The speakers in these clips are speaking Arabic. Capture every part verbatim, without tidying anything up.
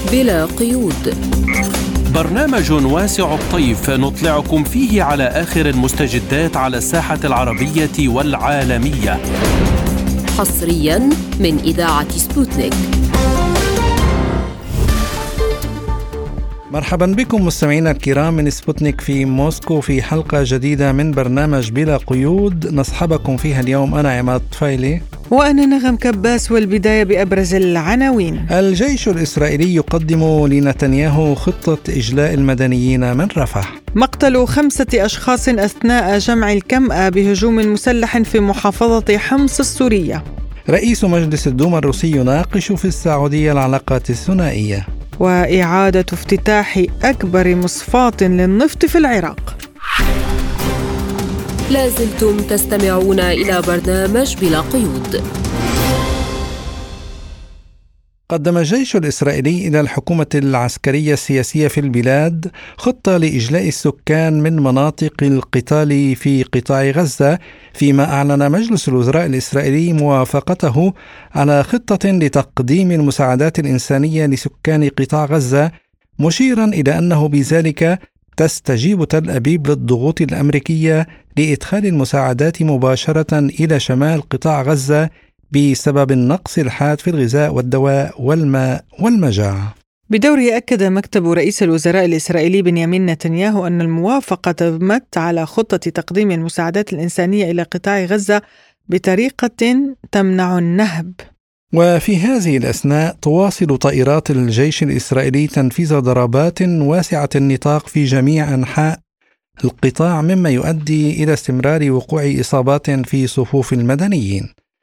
بلا قيود، برنامج واسع الطيف نطلعكم فيه على آخر المستجدات على الساحة العربية والعالمية، حصريا من إذاعة سبوتنيك. مرحبا بكم مستمعينا الكرام من سبوتنيك في موسكو في حلقة جديدة من برنامج بلا قيود نصحبكم فيها اليوم أنا عماد طفيلي وأنا نغم كباس. والبداية بأبرز العناوين. الجيش الإسرائيلي يقدم لنتنياهو خطة إجلاء المدنيين من رفح. مقتل خمسة أشخاص أثناء جمع الكمأة بهجوم مسلح في محافظة حمص السورية. رئيس مجلس الدوما الروسي يناقش في السعودية العلاقات الثنائية. وإعادة افتتاح أكبر مصفاة للنفط في العراق. لازلتم تستمعون إلى برنامج بلا قيود. قدم الجيش الإسرائيلي إلى الحكومة العسكرية السياسية في البلاد خطة لإجلاء السكان من مناطق القتال في قطاع غزة، فيما أعلن مجلس الوزراء الإسرائيلي موافقته على خطة لتقديم المساعدات الإنسانية لسكان قطاع غزة، مشيرا إلى أنه بذلك تستجيب تل أبيب للضغوط الأمريكية لإدخال المساعدات مباشرة إلى شمال قطاع غزة بسبب النقص الحاد في الغذاء والدواء والماء والمجاعة. بدوره أكد مكتب رئيس الوزراء الإسرائيلي بنيامين نتنياهو أن الموافقة تمت على خطة تقديم المساعدات الإنسانية إلى قطاع غزة بطريقة تمنع النهب. وفي هذه الأثناء تواصل طائرات الجيش الإسرائيلي تنفيذ ضربات واسعة النطاق في جميع أنحاء القطاع، مما يؤدي إلى استمرار وقوع إصابات في صفوف المدنيين.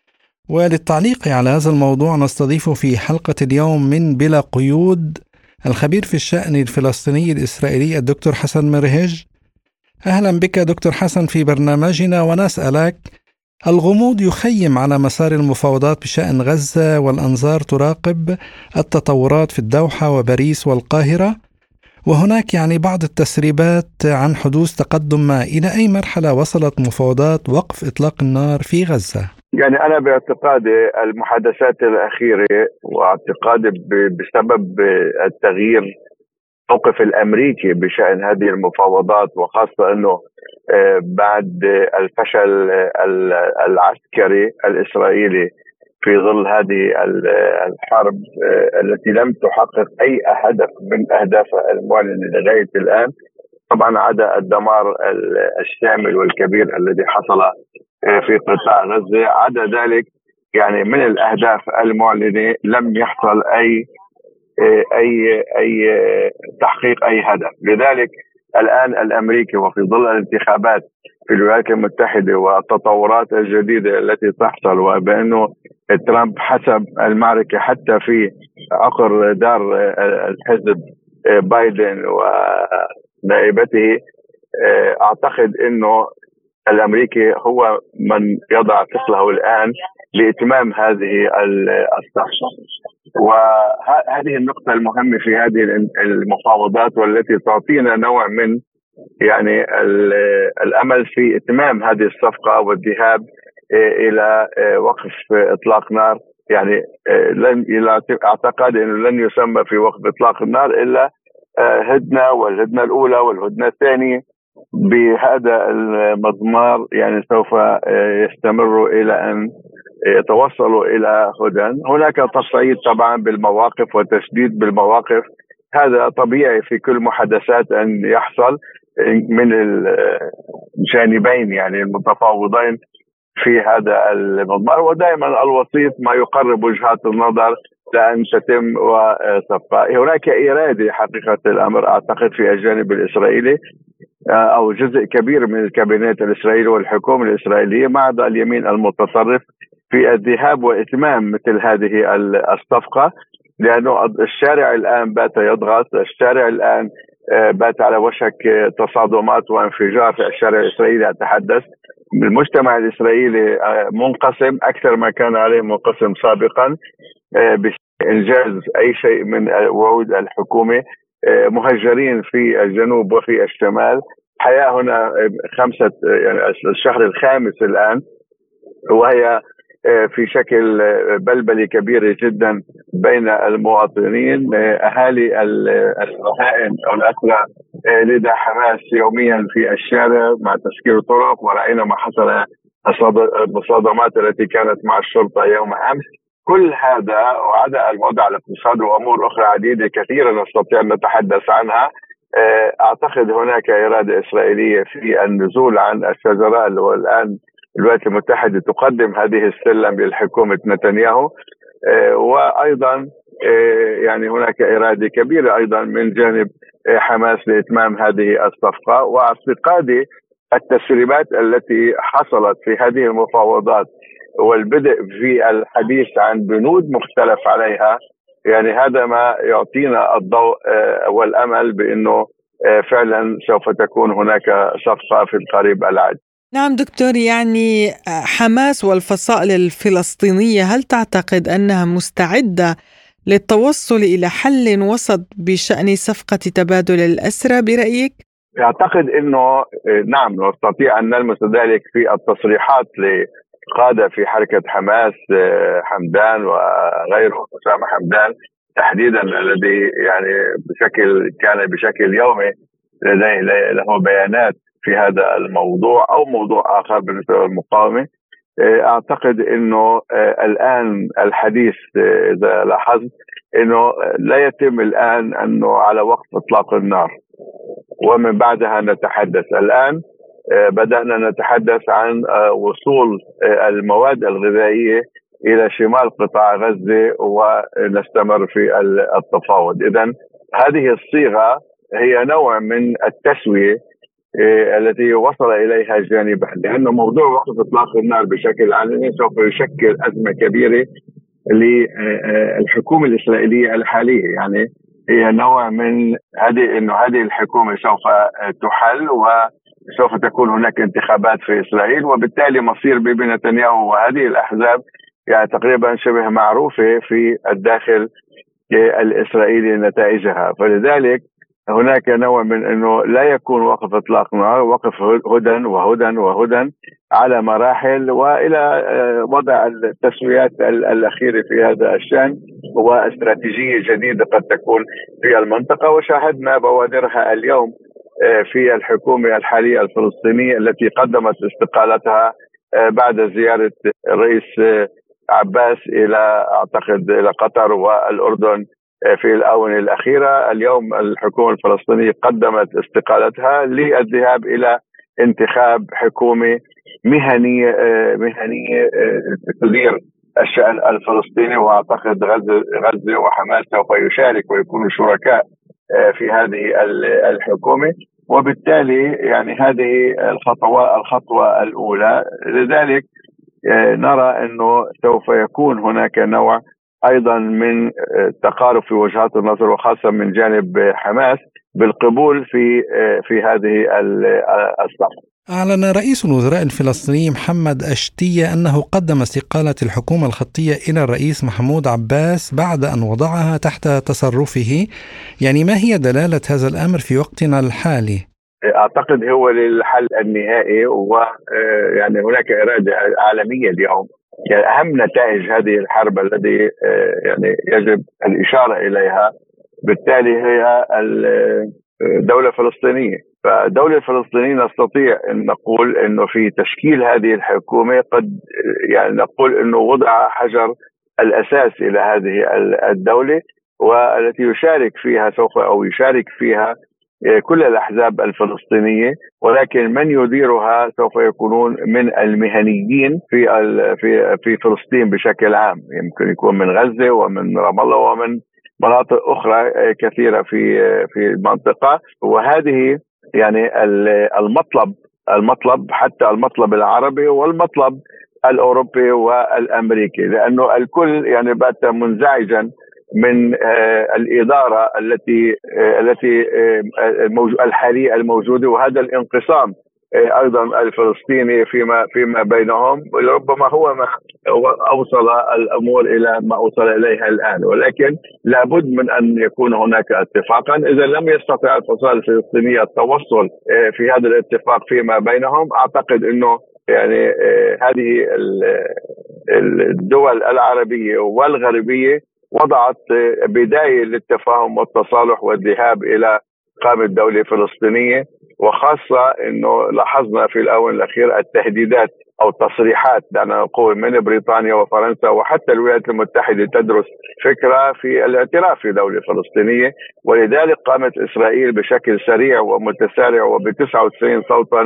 وللتعليق على هذا الموضوع نستضيف في حلقة اليوم من بلا قيود الخبير في الشأن الفلسطيني الإسرائيلي الدكتور حسن مرهج. أهلا بك دكتور حسن في برنامجنا، ونسألك: الغموض يخيم على مسار المفاوضات بشأن غزة، والأنظار تراقب التطورات في الدوحة وباريس والقاهرة، وهناك يعني بعض التسريبات عن حدوث تقدم ما. إلى أي مرحلة وصلت مفاوضات وقف إطلاق النار في غزة؟ يعني أنا باعتقادي المحادثات الأخيرة واعتقادي بسبب التغيير الموقف الأمريكي بشأن هذه المفاوضات، وخاصة أنه بعد الفشل العسكري الإسرائيلي في ظل هذه الحرب التي لم تحقق أي هدف من أهدافها المعلنة لغاية الآن، طبعا عدا الدمار الشامل والكبير الذي حصل في قطاع غزة، عدا ذلك يعني من الأهداف المعلنة لم يحصل أي أي أي تحقيق أي هدف. لذلك الآن الأمريكي وفي ظل الانتخابات في الولايات المتحدة والتطورات الجديدة التي تحصل، وبأنه ترامب حسب المعركة حتى في عقر دار الحزب بايدن ونائبته، أعتقد أنه الأمريكي هو من يضع ثقله الآن لإتمام هذه الصفقة. وهذه النقطة المهمة في هذه المفاوضات، والتي تعطينا نوع من يعني الأمل في إتمام هذه الصفقة والذهاب إلى وقف إطلاق نار. يعني لن أعتقد أنه لن يسمى في وقف إطلاق النار إلا هدنة، والهدنة الأولى والهدنة الثانية بهذا المضمار يعني سوف يستمروا إلى أن يتوصلوا إلى هدن. هناك تصعيد طبعا بالمواقف وتشديد بالمواقف، هذا طبيعي في كل محادثات أن يحصل من الجانبين يعني المتفاوضين في هذا المضمار، ودائما الوسيط ما يقرب وجهات النظر لأن تتم وصفقة. هناك إرادة حقيقة الأمر أعتقد في الجانب الإسرائيلي أو جزء كبير من الكابينت الإسرائيلي والحكومة الإسرائيلية مع اليمين المتطرف في الذهاب وإتمام مثل هذه الصفقة، لأنه الشارع الآن بات يضغط، الشارع الآن بات على وشك تصادمات وانفجار في الشارع الإسرائيلي. أتحدث المجتمع الإسرائيلي منقسم أكثر ما كان عليه منقسم سابقا بإنجاز أي شيء من وعود الحكومة. مهجرين في الجنوب وفي الشمال، حياة هنا خمسة يعني الشهر الخامس الآن، وهي في شكل بلبلة كبيرة جدا بين المواطنين. أهالي الرهائن أو الأسرى لدى حماس يوميا في الشارع مع تسكير الطرق، ورأينا ما حصل المصادمات التي كانت مع الشرطة يوم أمس. كل هذا وعدا الوضع الاقتصادي وأمور أخرى عديدة كثيرة نستطيع أن نتحدث عنها. أعتقد هناك إرادة إسرائيلية في النزول عن الشجرة، والآن الولايات المتحدة تقدم هذه السلم للحكومة نتنياهو، وأيضا يعني هناك إرادة كبيرة أيضا من جانب حماس لإتمام هذه الصفقة. واعتقادي التسريبات التي حصلت في هذه المفاوضات والبدء في الحديث عن بنود مختلف عليها، يعني هذا ما يعطينا الضوء والأمل بأنه فعلا سوف تكون هناك صفقة في القريب العاجل. نعم دكتور، يعني حماس والفصائل الفلسطينية هل تعتقد أنها مستعدة للتوصل إلى حل وسط بشأن صفقة تبادل الأسرى برأيك؟ أعتقد أنه نعم نستطيع أن نلمس ذلك في التصريحات لقادة في حركة حماس، حمدان وغيره، أسامة حمدان تحديدا الذي يعني بشكل كان بشكل يومي لديه له بيانات في هذا الموضوع أو موضوع آخر بالنسبة للمقاومة. أعتقد أنه الآن الحديث إذا لاحظت أنه لا يتم الآن أنه على وقف إطلاق النار ومن بعدها نتحدث. الآن بدأنا نتحدث عن وصول المواد الغذائية إلى شمال قطاع غزة ونستمر في التفاوض. إذن هذه الصيغة هي نوع من التسوية التي وصل إليها الجانبان، لأن موضوع وقف إطلاق النار بشكل علني سوف يشكل أزمة كبيرة للحكومة الإسرائيلية الحالية. يعني هي نوع من هذه إنه هذه الحكومة سوف تحل وسوف تكون هناك انتخابات في إسرائيل، وبالتالي مصير بيبي نتنياهو وهذه الأحزاب يعني تقريبا شبه معروفة في الداخل الإسرائيلي نتائجها. فلذلك هناك نوع من أنه لا يكون وقف إطلاق نار، وقف هدى وهدى وهدى على مراحل وإلى وضع التسويات الأخيرة في هذا الشأن واستراتيجية جديدة قد تكون في المنطقة. وشاهدنا بوادرها اليوم في الحكومة الحالية الفلسطينية التي قدمت استقالتها بعد زيارة الرئيس عباس إلى أعتقد إلى قطر والأردن في الآونة الأخيرة. اليوم الحكومة الفلسطينية قدمت استقالتها للذهاب إلى انتخاب حكومة مهنية مهنية تدير الشأن الفلسطيني، وأعتقد غزة غزة وحماس سوف يشارك ويكونوا شركاء في هذه الحكومة، وبالتالي يعني هذه الخطوة الخطوة الأولى. لذلك نرى أنه سوف يكون هناك نوع أيضا من تقارب في وجهات النظر، وخاصة من جانب حماس بالقبول في في هذه الصفقة. أعلن رئيس الوزراء الفلسطيني محمد أشتية أنه قدم استقالة الحكومة الخطية إلى الرئيس محمود عباس بعد أن وضعها تحت تصرفه. يعني ما هي دلالة هذا الأمر في وقتنا الحالي؟ أعتقد هو للحل النهائي، ويعني هناك إرادة عالمية اليوم. يعني أهم نتائج هذه الحرب الذي يعني يجب الإشارة إليها بالتالي هي الدولة الفلسطينية. فالدولة الفلسطينية نستطيع أن نقول أنه في تشكيل هذه الحكومة قد يعني نقول أنه وضع حجر الأساس إلى هذه الدولة، والتي يشارك فيها سوف أو يشارك فيها كل الأحزاب الفلسطينية، ولكن من يديرها سوف يكونون من المهنيين في في في فلسطين بشكل عام. يمكن يكون من غزة ومن رام الله ومن مناطق أخرى كثيرة في في المنطقة. وهذه يعني المطلب المطلب حتى المطلب العربي والمطلب الأوروبي والأمريكي، لأنه الكل يعني بات منزعجا من الإدارة التي التي الحالية الموجودة، وهذا الانقسام أيضا الفلسطيني فيما فيما بينهم، ربما هو ما أوصل الأمور إلى ما أوصل إليها الآن. ولكن لابد من أن يكون هناك اتفاقا. إذا لم يستطع الفصائل الفلسطينية التوصل في هذا الاتفاق فيما بينهم، أعتقد أنه يعني هذه الدول العربية والغربية وضعت بداية للتفاهم والتصالح والذهاب إلى إقامة دولة فلسطينية، وخاصة أنه لاحظنا في الآونة الأخيرة التهديدات أو تصريحات دعنا نقول من بريطانيا وفرنسا وحتى الولايات المتحدة تدرس فكرة في الاعتراف في دولة فلسطينية، ولذلك قامت إسرائيل بشكل سريع ومتسارع وبتسعة وتسعين صوتا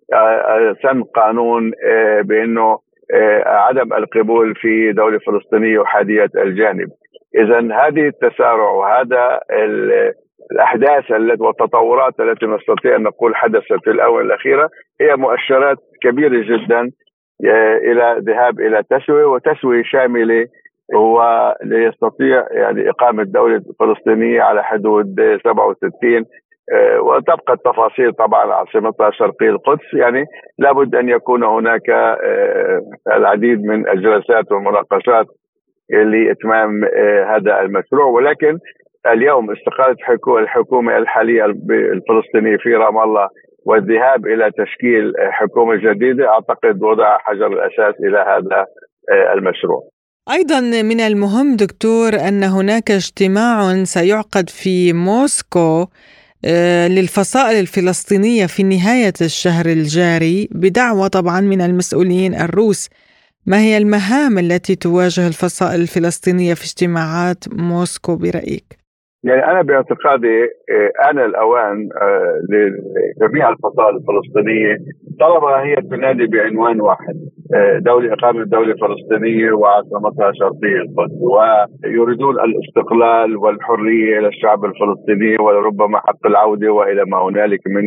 سن قانون بأنه عدم القبول في دولة فلسطينية أحادية الجانب. إذن هذه التسارع وهذا الأحداث والتطورات التي نستطيع أن نقول حدثت في الآونة الأخيرة هي مؤشرات كبيرة جدا إلى ذهاب إلى تسوية وتسوية شاملة، هو ليستطيع يعني إقامة دولة فلسطينية على حدود سبعة وستين، وتبقى التفاصيل طبعا عاصمتها شرقي القدس. يعني لابد أن يكون هناك العديد من الجلسات والمناقشات لإتمام هذا المشروع، ولكن اليوم استقالة الحكومة الحالية الفلسطينية في رام الله والذهاب إلى تشكيل حكومة جديدة أعتقد وضع حجر الأساس إلى هذا المشروع. أيضا من المهم دكتور أن هناك اجتماع سيعقد في موسكو للفصائل الفلسطينية في نهاية الشهر الجاري بدعوة طبعا من المسؤولين الروس. ما هي المهام التي تواجه الفصائل الفلسطينية في اجتماعات موسكو برأيك؟ يعني أنا باعتقادي آن الأوان لجميع الفصائل الفلسطينية طالما هي تنادي بعنوان واحد، دولة إقامة دولة فلسطينية وعاصمتها شرقي القدس، ويريدون الاستقلال والحرية للشعب الفلسطيني ولربما حق العودة وإلى ما هنالك من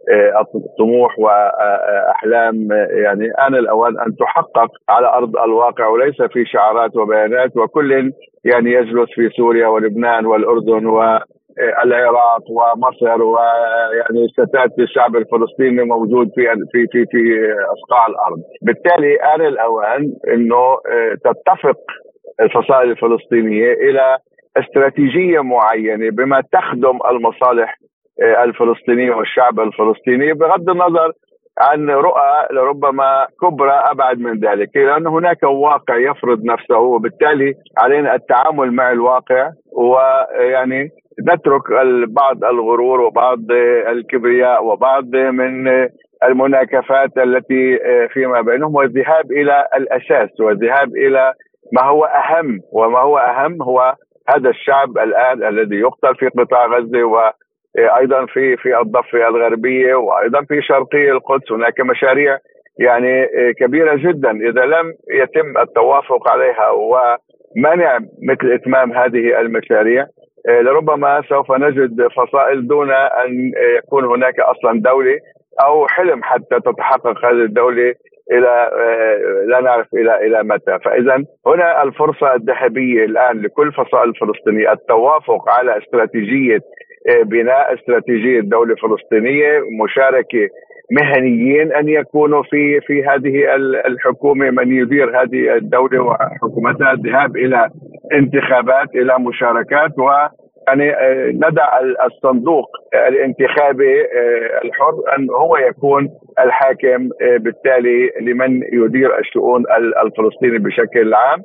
طموح وأحلام. يعني آن الأوان أن تحقق على أرض الواقع وليس في شعارات وبيانات، وكل يعني يجلس في سوريا ولبنان والأردن والعراق ومصر ويعني ستات الشعب الفلسطيني موجود في في في في أصقاع الأرض. بالتالي آن الأوان إنه تتفق الفصائل الفلسطينية إلى استراتيجية معينة بما تخدم المصالح الفلسطينية والشعب الفلسطيني بغض النظر عن رؤى لربما كبرى أبعد من ذلك، لأن هناك واقع يفرض نفسه، وبالتالي علينا التعامل مع الواقع ويعني نترك بعض الغرور وبعض الكبرياء وبعض من المناكفات التي فيما بينهم، والذهاب إلى الأساس والذهاب إلى ما هو أهم، وما هو أهم هو هذا الشعب الآن الذي يقتل في قطاع غزة و أيضا في في الضفة الغربية وأيضا في شرقي القدس. هناك مشاريع يعني كبيرة جدا إذا لم يتم التوافق عليها ومنع مثل إتمام هذه المشاريع لربما سوف نجد فصائل دون أن يكون هناك أصلا دولة أو حلم حتى تتحقق هذه الدولة إلى لا نعرف إلى إلى متى. فإذا هنا الفرصة الذهبية الآن لكل فصائل فلسطينية التوافق على استراتيجية بناء استراتيجية دولة فلسطينية، مشاركة مهنيين أن يكونوا في في هذه الحكومة من يدير هذه الدولة وحكومتها، الذهاب إلى انتخابات إلى مشاركات، ويعني ندع الصندوق الانتخابي الحر أن هو يكون الحاكم بالتالي لمن يدير الشؤون الفلسطينية بشكل عام،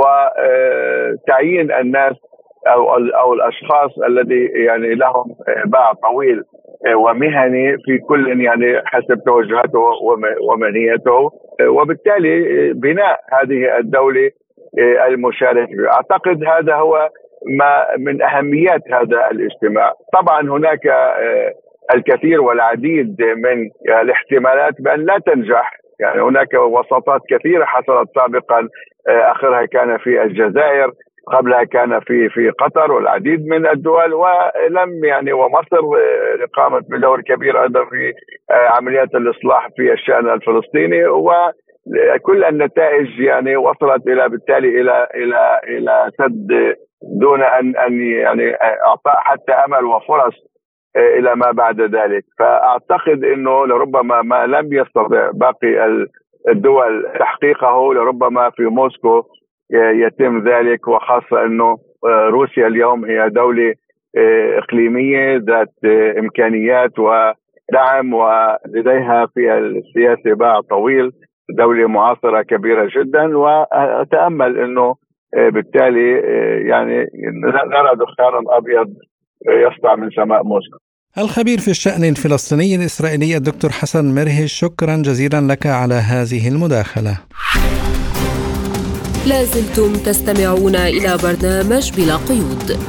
وتعيين الناس أو أو الأشخاص الذي يعني لهم باع طويل ومهني في كل يعني حسب توجهاته ومهنيته، وبالتالي بناء هذه الدولة المشاركة. أعتقد هذا هو ما من أهميات هذا الاجتماع. طبعا هناك الكثير والعديد من الاحتمالات بأن لا تنجح، يعني هناك وساطات كثيرة حصلت سابقا، آخرها كان في الجزائر، قبلها كان في في قطر والعديد من الدول، ولم يعني ومصر قامت بدور كبير ايضا في عمليات الاصلاح في الشأن الفلسطيني، وكل النتائج يعني وصلت الى بالتالي الى الى الى سد دون ان ان يعني اعطاء حتى امل وفرص الى ما بعد ذلك. فاعتقد انه لربما ما لم يستطع باقي الدول تحقيقه لربما في موسكو يتم ذلك، وخاصة أنه روسيا اليوم هي دولة إقليمية ذات إمكانيات ودعم ولديها في السياسة باع طويل دولة معاصرة كبيرة جدا، وأتأمل أنه بالتالي يعني نرى دخان أبيض يسطع من سماء موسكو. الخبير في الشأن الفلسطيني الإسرائيلي الدكتور حسن مرهش، شكرا جزيلا لك على هذه المداخلة. لازلتم تستمعون إلى برنامج بلا قيود.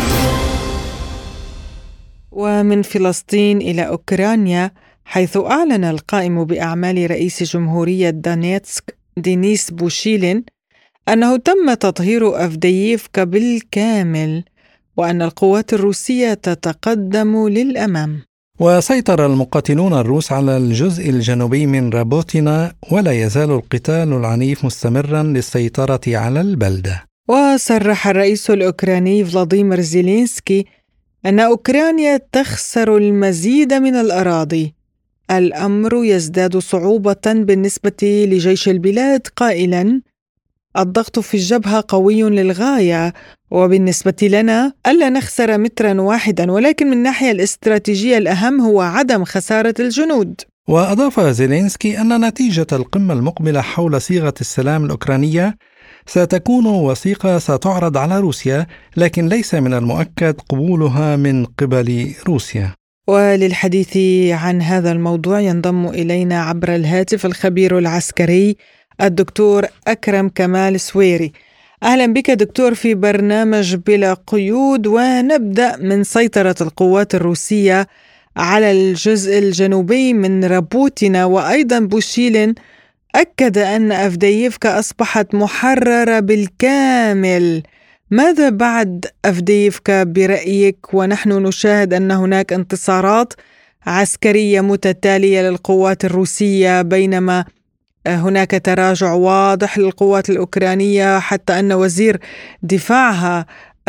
ومن فلسطين إلى أوكرانيا، حيث أعلن القائم بأعمال رئيس جمهورية دونيتسك دينيس بوشيلين أنه تم تطهير أفدييفكا بالكامل وأن القوات الروسية تتقدم للأمام. وسيطر المقاتلون الروس على الجزء الجنوبي من رابوتينا، ولا يزال القتال العنيف مستمرا للسيطرة على البلدة. وصرح الرئيس الأوكراني فلاديمير زيلينسكي أن أوكرانيا تخسر المزيد من الأراضي. الأمر يزداد صعوبة بالنسبة لجيش البلاد، قائلا: الضغط في الجبهة قوي للغاية، وبالنسبة لنا ألا نخسر مترا واحدا، ولكن من الناحية الاستراتيجية الأهم هو عدم خسارة الجنود. وأضاف زيلينسكي أن نتيجة القمة المقبلة حول صيغة السلام الأوكرانية ستكون وثيقة ستعرض على روسيا، لكن ليس من المؤكد قبولها من قبل روسيا. وللحديث عن هذا الموضوع ينضم إلينا عبر الهاتف الخبير العسكري الدكتور أكرم كمال سويري. أهلا بك دكتور في برنامج بلا قيود، ونبدأ من سيطرة القوات الروسية على الجزء الجنوبي من رابوتينا، وأيضا بوشيلين أكد أن أفدييفكا أصبحت محررة بالكامل. ماذا بعد أفدييفكا برأيك، ونحن نشاهد أن هناك انتصارات عسكرية متتالية للقوات الروسية، بينما هناك تراجع واضح للقوات الأوكرانية، حتى أن وزير دفاعها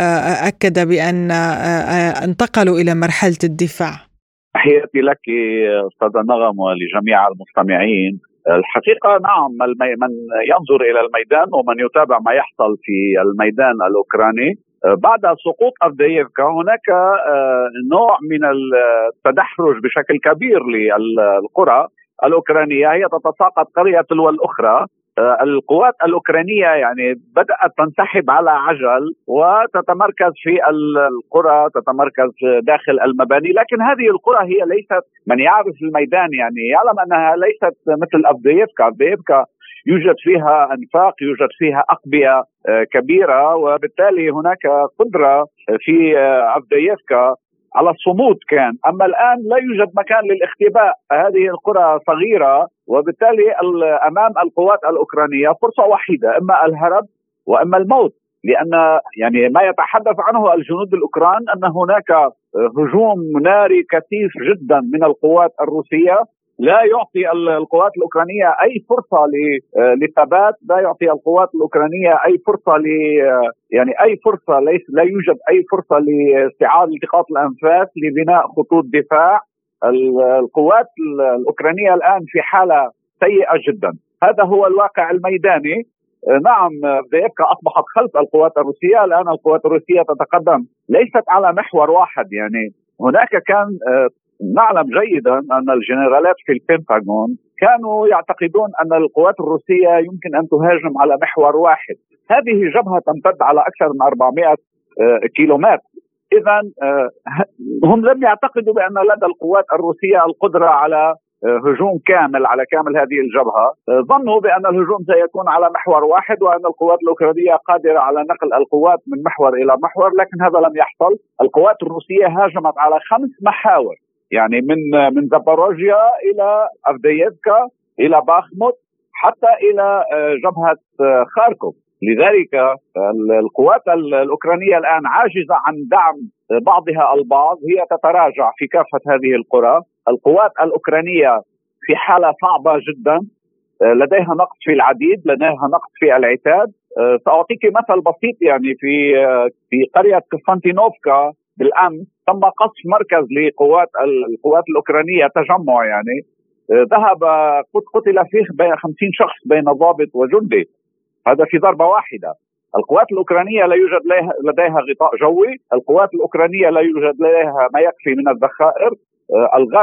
أكد بأن انتقلوا إلى مرحلة الدفاع؟ تحياتي لك أستاذ نغم ولجميع المستمعين. الحقيقة نعم، من ينظر إلى الميدان ومن يتابع ما يحصل في الميدان الأوكراني بعد سقوط أفدييفكا، هناك نوع من التدحرج بشكل كبير للقرى الأوكرانية، هي تتساقط قرية تلو الأخرى. القوات الأوكرانية يعني بدأت تنسحب على عجل وتتمركز في القرى، تتمركز داخل المباني، لكن هذه القرى هي ليست، من يعرف الميدان يعني يعلم أنها ليست مثل أفدييفكا. أفدييفكا يوجد فيها أنفاق، يوجد فيها أقبية كبيرة، وبالتالي هناك قدرة في أفدييفكا على الصمود كان. أما الآن لا يوجد مكان للاختباء، هذه القرى صغيرة، وبالتالي أمام القوات الأوكرانية فرصة وحيدة، إما الهرب وإما الموت، لأن يعني ما يتحدث عنه الجنود الأوكران أن هناك هجوم ناري كثيف جدا من القوات الروسية لا يعطي القوات الأوكرانية أي فرصة للثبات، لا يعطي القوات الأوكرانية أي فرصة ل يعني أي فرصة ليس لا يوجد أي فرصة لاستعادة التقاط الأنفاس لبناء خطوط دفاع. القوات الأوكرانية الآن في حالة سيئة جدا، هذا هو الواقع الميداني. نعم، أفدييفكا أصبحت خلف القوات الروسية، الآن القوات الروسية تتقدم ليست على محور واحد، يعني هناك كان نعلم جيدا أن الجنرالات في البنتاغون كانوا يعتقدون أن القوات الروسية يمكن أن تهاجم على محور واحد. هذه جبهة تمتد على أكثر من أربعمائة كيلومتر، إذن هم لم يعتقدوا بأن لدى القوات الروسية القدرة على هجوم كامل على كامل هذه الجبهة. ظنوا بأن الهجوم سيكون على محور واحد، وأن القوات الأوكرانية قادرة على نقل القوات من محور إلى محور، لكن هذا لم يحصل. القوات الروسية هاجمت على خمس محاور، يعني من من زاباروجيا إلى أفدييفكا إلى باخموت حتى إلى جبهة خاركوف. لذلك القوات الأوكرانية الآن عاجزة عن دعم بعضها البعض، هي تتراجع في كافة هذه القرى. القوات الأوكرانية في حالة صعبة جدا، لديها نقص في العديد، لديها نقص في العتاد. سأعطيك مثل بسيط، يعني في في قرية قسطنطينوفكا بالأمس تم قصف مركز لقوات القوات الأوكرانية، تجمع يعني ذهب قتل فيه بين خمسين شخص بين ضابط وجندي، هذا في ضربة واحدة. القوات الأوكرانية لا يوجد لديها غطاء جوي، القوات الأوكرانية لا يوجد لديها ما يكفي من الذخائر. الغرب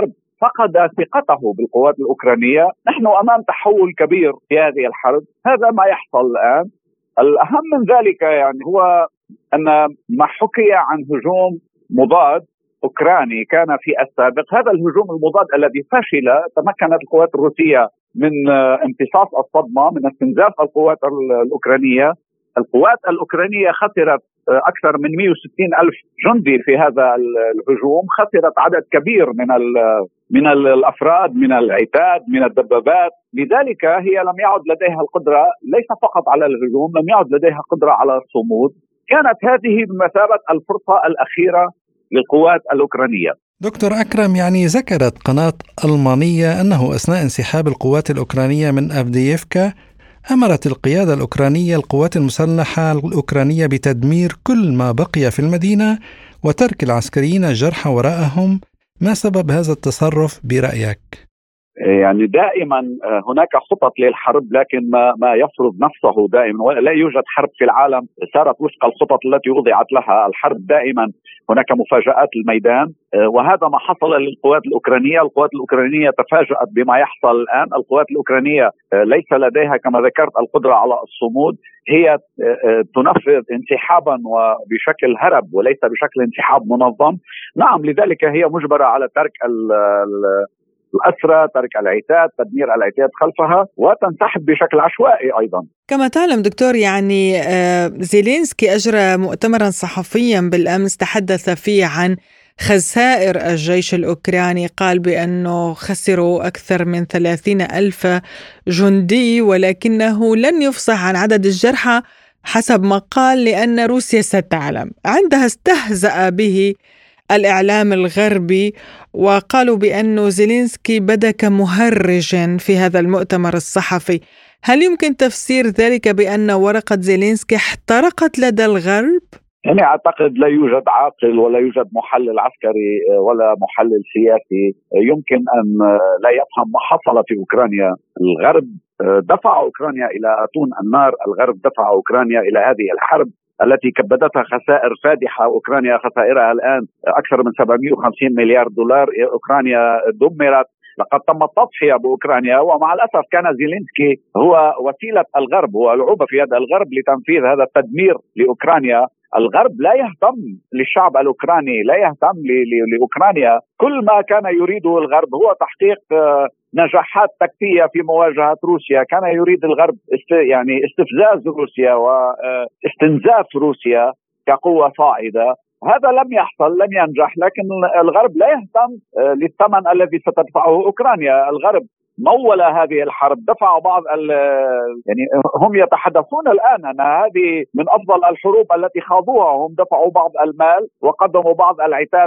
فقد ثقته بالقوات الأوكرانية. نحن أمام تحول كبير في هذه الحرب، هذا ما يحصل الآن. الأهم من ذلك يعني هو أن ما حكي عن هجوم مضاد أوكراني كان في السابق، هذا الهجوم المضاد الذي فشل تمكنت القوات الروسية من امتصاص الصدمة، من استنزاف القوات الأوكرانية. القوات الأوكرانية خسرت أكثر من مئة وستين ألف جندي في هذا الهجوم، خسرت عدد كبير من من الأفراد، من العتاد، من الدبابات. لذلك هي لم يعد لديها القدرة ليس فقط على الهجوم، لم يعد لديها قدرة على الصمود. كانت هذه بمثابة الفرصة الأخيرة للقوات الأوكرانية. دكتور أكرم، يعني ذكرت قناة ألمانية أنه أثناء انسحاب القوات الأوكرانية من أفدييفكا أمرت القيادة الأوكرانية القوات المسلحة الأوكرانية بتدمير كل ما بقي في المدينة وترك العسكريين الجرحى وراءهم. ما سبب هذا التصرف برأيك؟ يعني دائما هناك خطط للحرب، لكن ما ما يفرض نفسه دائما. لا يوجد حرب في العالم سارت وفق الخطط التي وضعت لها. الحرب دائما هناك مفاجآت الميدان، وهذا ما حصل للقوات الأوكرانية. القوات الأوكرانية تفاجأت بما يحصل الآن. القوات الأوكرانية ليس لديها كما ذكرت القدرة على الصمود، هي تنفذ انسحابا وبشكل هرب وليس بشكل انسحاب منظم. نعم، لذلك هي مجبرة على ترك الأسرى، ترك العتاد، تدمير العتاد خلفها، وتنسحب بشكل عشوائي أيضا. كما تعلم دكتور، يعني زيلينسكي أجرى مؤتمرا صحفيا بالأمس تحدث فيه عن خسائر الجيش الأوكراني. قال بأنه خسروا أكثر من ثلاثين ألف جندي، ولكنه لن يفصح عن عدد الجرحى حسب ما قال لأن روسيا ستعلم. عندها استهزأ به الإعلام الغربي وقالوا بأن زيلينسكي بدا كمهرج في هذا المؤتمر الصحفي. هل يمكن تفسير ذلك بأن ورقة زيلينسكي احترقت لدى الغرب؟ يعني أعتقد لا يوجد عاقل ولا يوجد محلل عسكري ولا محلل سياسي يمكن أن لا يفهم ما حصل في أوكرانيا. الغرب دفع أوكرانيا إلى أتون النار، الغرب دفع أوكرانيا إلى هذه الحرب التي كبدتها خسائر فادحة. أوكرانيا خسائرها الآن أكثر من سبعمئة وخمسين مليار دولار. أوكرانيا دمرت، لقد تم التضحية بأوكرانيا، ومع الأسف كان زيلينسكي هو وسيلة الغرب، هو لعوبة في يد الغرب لتنفيذ هذا التدمير لأوكرانيا. الغرب لا يهتم للشعب الأوكراني، لا يهتم لأوكرانيا. كل ما كان يريده الغرب هو تحقيق نجاحات تكتيكية في مواجهة روسيا. كان يريد الغرب است يعني استفزاز روسيا واستنزاف روسيا كقوة صاعدة. هذا لم يحصل، لم ينجح، لكن الغرب لا يهتم للثمن الذي ستدفعه أوكرانيا. الغرب مول هذه الحرب، دفع بعض يعني هم يتحدثون الآن أن هذه من أفضل الحروب التي خاضوها. هم دفعوا بعض المال وقدموا بعض العتاد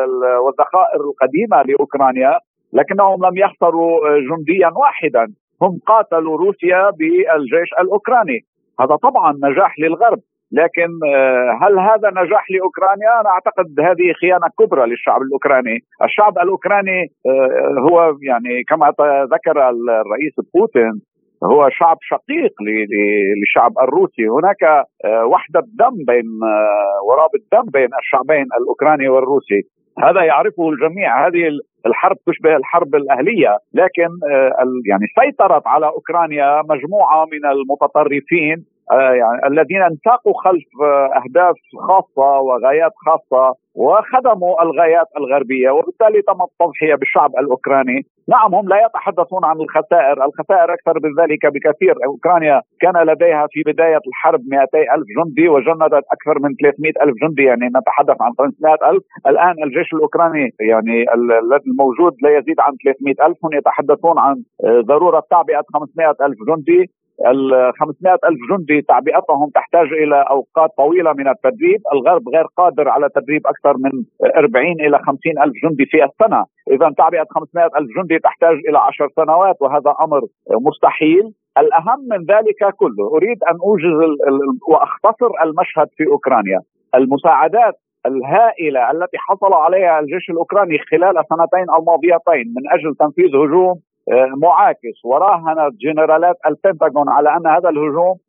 والذخائر القديمة لأوكرانيا، لكنهم لم يخسروا جنديا واحدا. هم قاتلوا روسيا بالجيش الأوكراني. هذا طبعا نجاح للغرب، لكن هل هذا نجاح لأوكرانيا؟ أنا أعتقد هذه خيانة كبرى للشعب الأوكراني. الشعب الأوكراني هو يعني كما ذكر الرئيس بوتين هو شعب شقيق للشعب الروسي. هناك وحدة دم بين ورابط دم بين الشعبين الأوكراني والروسي، هذا يعرفه الجميع. هذه الحرب تشبه الحرب الأهلية، لكن يعني سيطرت على أوكرانيا مجموعة من المتطرفين يعني الذين انساقوا خلف أهداف خاصة وغايات خاصة وخدموا الغايات الغربية، وبالتالي تم التضحية بالشعب الأوكراني. نعم، هم لا يتحدثون عن الخسائر، الخسائر أكثر من ذلك بكثير. أوكرانيا كان لديها في بداية الحرب مئتي ألف جندي وجندت أكثر من ثلاثمئة ألف جندي، يعني نتحدث عن خمسمئة ألف. الآن الجيش الأوكراني يعني الموجود لا يزيد عن ثلاثمئة ألف. هم يتحدثون عن ضرورة تعبئة خمسمئة ألف جندي. ال خمسمئة ألف جندي تعبئتهم تحتاج إلى أوقات طويلة من التدريب. الغرب غير قادر على تدريب أكثر من أربعين إلى خمسين ألف جندي في السنة. إذا تعبئة خمسمئة ألف جندي تحتاج إلى عشر سنوات، وهذا أمر مستحيل. الأهم من ذلك كله، أريد أن أوجز وأختصر المشهد في أوكرانيا. المساعدات الهائلة التي حصل عليها الجيش الأوكراني خلال السنتين الماضيتين من أجل تنفيذ هجوم معاكس، وراهنت جنرالات البنتاغون على أن هذا الهجوم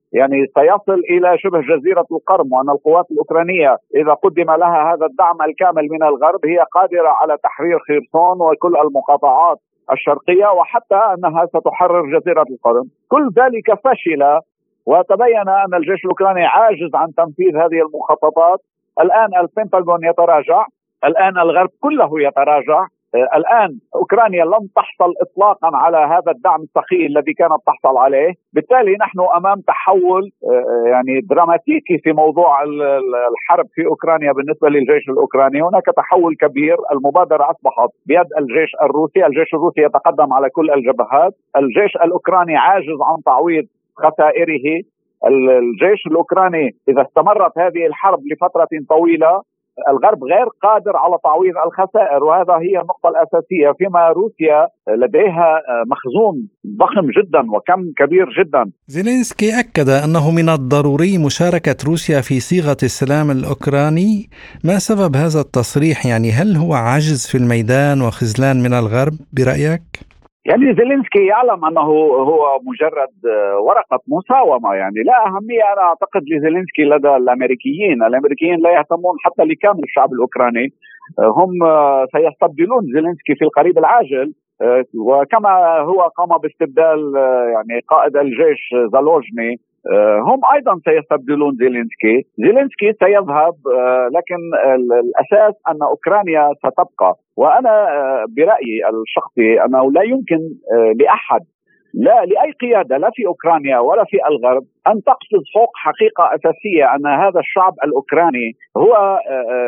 يعني سيصل إلى شبه جزيرة القرم، وأن القوات الأوكرانية إذا قدم لها هذا الدعم الكامل من الغرب هي قادرة على تحرير خيرسون وكل المقاطعات الشرقية، وحتى أنها ستحرر جزيرة القرم. كل ذلك فشل، وتبين أن الجيش الأوكراني عاجز عن تنفيذ هذه المخططات. الآن البنتاغون يتراجع، الآن الغرب كله يتراجع، الآن أوكرانيا لم تحصل إطلاقا على هذا الدعم السخي الذي كانت تحصل عليه. بالتالي نحن أمام تحول يعني دراماتيكي في موضوع الحرب في أوكرانيا بالنسبة للجيش الأوكراني. هناك تحول كبير، المبادرة أصبحت بيد الجيش الروسي، الجيش الروسي يتقدم على كل الجبهات، الجيش الأوكراني عاجز عن تعويض خسائره. الجيش الأوكراني إذا استمرت هذه الحرب لفترة طويلة الغرب غير قادر على تعويض الخسائر، وهذا هي النقطة الأساسية. فيما روسيا لديها مخزون ضخم جدا وكم كبير جدا. زيلينسكي أكد أنه من الضروري مشاركة روسيا في صيغة السلام الأوكراني. ما سبب هذا التصريح؟ يعني هل هو عجز في الميدان وخذلان من الغرب برأيك؟ يعني زيلينسكي يعلم أنه هو مجرد ورقة مساومة، يعني لا أهمية أنا أعتقد لزيلينسكي لدى الأمريكيين. الأمريكيين لا يهتمون حتى لكامل الشعب الأوكراني، هم سيستبدلون زيلينسكي في القريب العاجل، وكما هو قام باستبدال يعني قائد الجيش زالوجني هم أيضا سيستبدلون زيلينسكي. زيلينسكي سيذهب، لكن الأساس أن أوكرانيا ستبقى. وأنا برأيي الشخصي أنه لا يمكن لأحد، لا لأي قيادة لا في أوكرانيا ولا في الغرب، أن تقصد فوق حقيقة أساسية أن هذا الشعب الأوكراني هو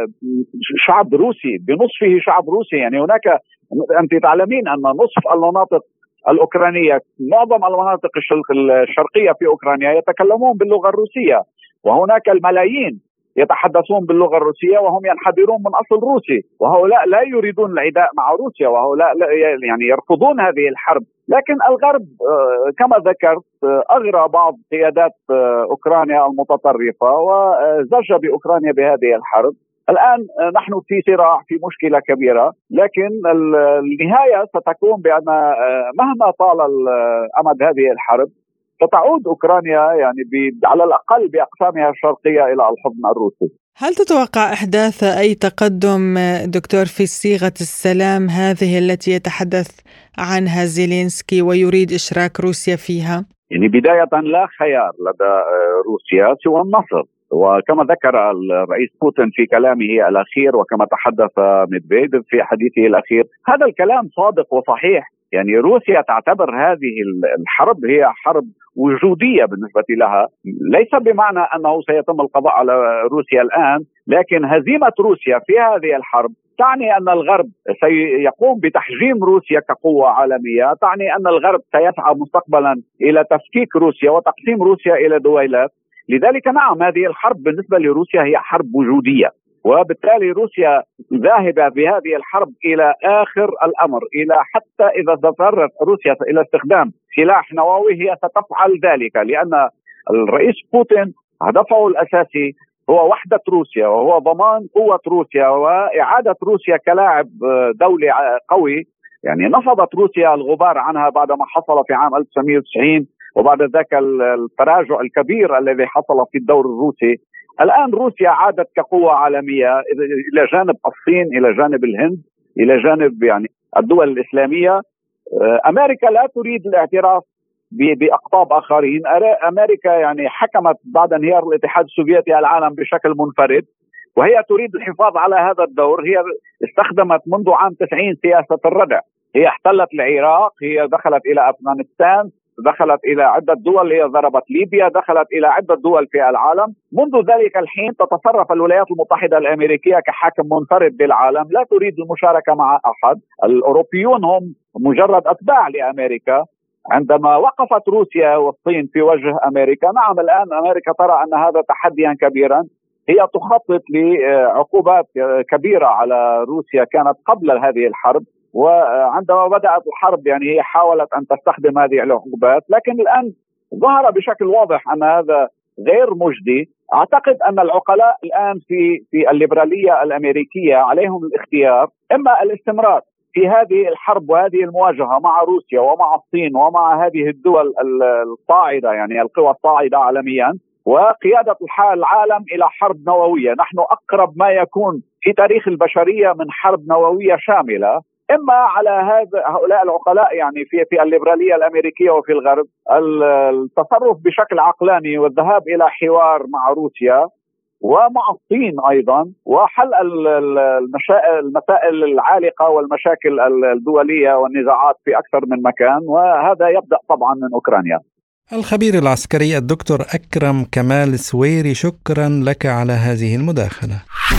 شعب روسي بنصفه شعب روسي. يعني هناك، أنت تعلمين أن نصف المناطق الأوكرانية، معظم المناطق الشرقية في أوكرانيا يتكلمون باللغة الروسية، وهناك الملايين يتحدثون باللغة الروسية وهم ينحدرون من أصل روسي، وهؤلاء لا يريدون العداء مع روسيا، وهؤلاء يعني يرفضون هذه الحرب. لكن الغرب كما ذكرت أغرى بعض قيادات أوكرانيا المتطرفة وزج بأوكرانيا بهذه الحرب. الآن نحن في صراع، في مشكلة كبيرة، لكن النهاية ستكون بأن مهما طال أمد هذه الحرب ستعود أوكرانيا يعني على الأقل بأقسامها الشرقية إلى الحضن الروسي. هل تتوقع إحداث أي تقدم دكتور في صيغة السلام هذه التي يتحدث عنها زيلينسكي ويريد إشراك روسيا فيها؟ يعني بداية لا خيار لدى روسيا سوى النصر، وكما ذكر الرئيس بوتين في كلامه الأخير وكما تحدث ميدفيديف في حديثه الأخير، هذا الكلام صادق وصحيح. يعني روسيا تعتبر هذه الحرب هي حرب وجودية بالنسبة لها، ليس بمعنى أنه سيتم القضاء على روسيا الآن، لكن هزيمة روسيا في هذه الحرب تعني أن الغرب سيقوم بتحجيم روسيا كقوة عالمية، تعني أن الغرب سيسعى مستقبلا إلى تفكيك روسيا وتقسيم روسيا إلى دويلات. لذلك نعم، هذه الحرب بالنسبة لروسيا هي حرب وجودية، وبالتالي روسيا ذاهبة بهذه الحرب إلى آخر الأمر، إلى حتى إذا اضطرت روسيا إلى استخدام سلاح نووي هي ستفعل ذلك، لأن الرئيس بوتين هدفه الأساسي هو وحدة روسيا، وهو ضمان قوة روسيا وإعادة روسيا كلاعب دولي قوي. يعني نفضت روسيا الغبار عنها بعدما حصل في عام ألف وتسعمائة وتسعين، وبعد ذاك التراجع الكبير الذي حصل في الدور الروسي. الآن روسيا عادت كقوة عالمية إلى جانب الصين، إلى جانب الهند، إلى جانب يعني الدول الإسلامية. أمريكا لا تريد الاعتراف بأقطاب آخرين. أمريكا يعني حكمت بعد انهيار الاتحاد السوفيتي العالم بشكل منفرد، وهي تريد الحفاظ على هذا الدور. هي استخدمت منذ عام تسعين سياسة الردع، هي احتلت العراق، هي دخلت إلى أفغانستان، دخلت إلى عدة دول، هي ضربت ليبيا، دخلت إلى عدة دول في العالم. منذ ذلك الحين تتصرف الولايات المتحدة الأمريكية كحاكم منفرد للعالم، لا تريد المشاركة مع أحد. الأوروبيون هم مجرد أتباع لأمريكا. عندما وقفت روسيا والصين في وجه أمريكا، نعم الآن أمريكا ترى أن هذا تحديا كبيرا، هي تخطط لعقوبات كبيرة على روسيا كانت قبل هذه الحرب، وعندما بدأت الحرب يعني هي حاولت أن تستخدم هذه العقوبات، لكن الآن ظهر بشكل واضح أن هذا غير مجدي. أعتقد أن العقلاء الآن في في الليبرالية الأمريكية عليهم الاختيار، إما الاستمرار في هذه الحرب وهذه المواجهة مع روسيا ومع الصين ومع هذه الدول الصاعدة، يعني القوى الصاعدة عالميا، وقيادة العالم إلى حرب نووية. نحن أقرب ما يكون في تاريخ البشرية من حرب نووية شاملة، إما على هذا هؤلاء العقلاء يعني في في الليبرالية الأمريكية وفي الغرب التصرف بشكل عقلاني والذهاب إلى حوار مع روسيا ومع الصين أيضا، وحل المسائل العالقة والمشاكل الدولية والنزاعات في أكثر من مكان، وهذا يبدأ طبعا من أوكرانيا. الخبير العسكري الدكتور أكرم كمال سويري، شكرا لك على هذه المداخلة.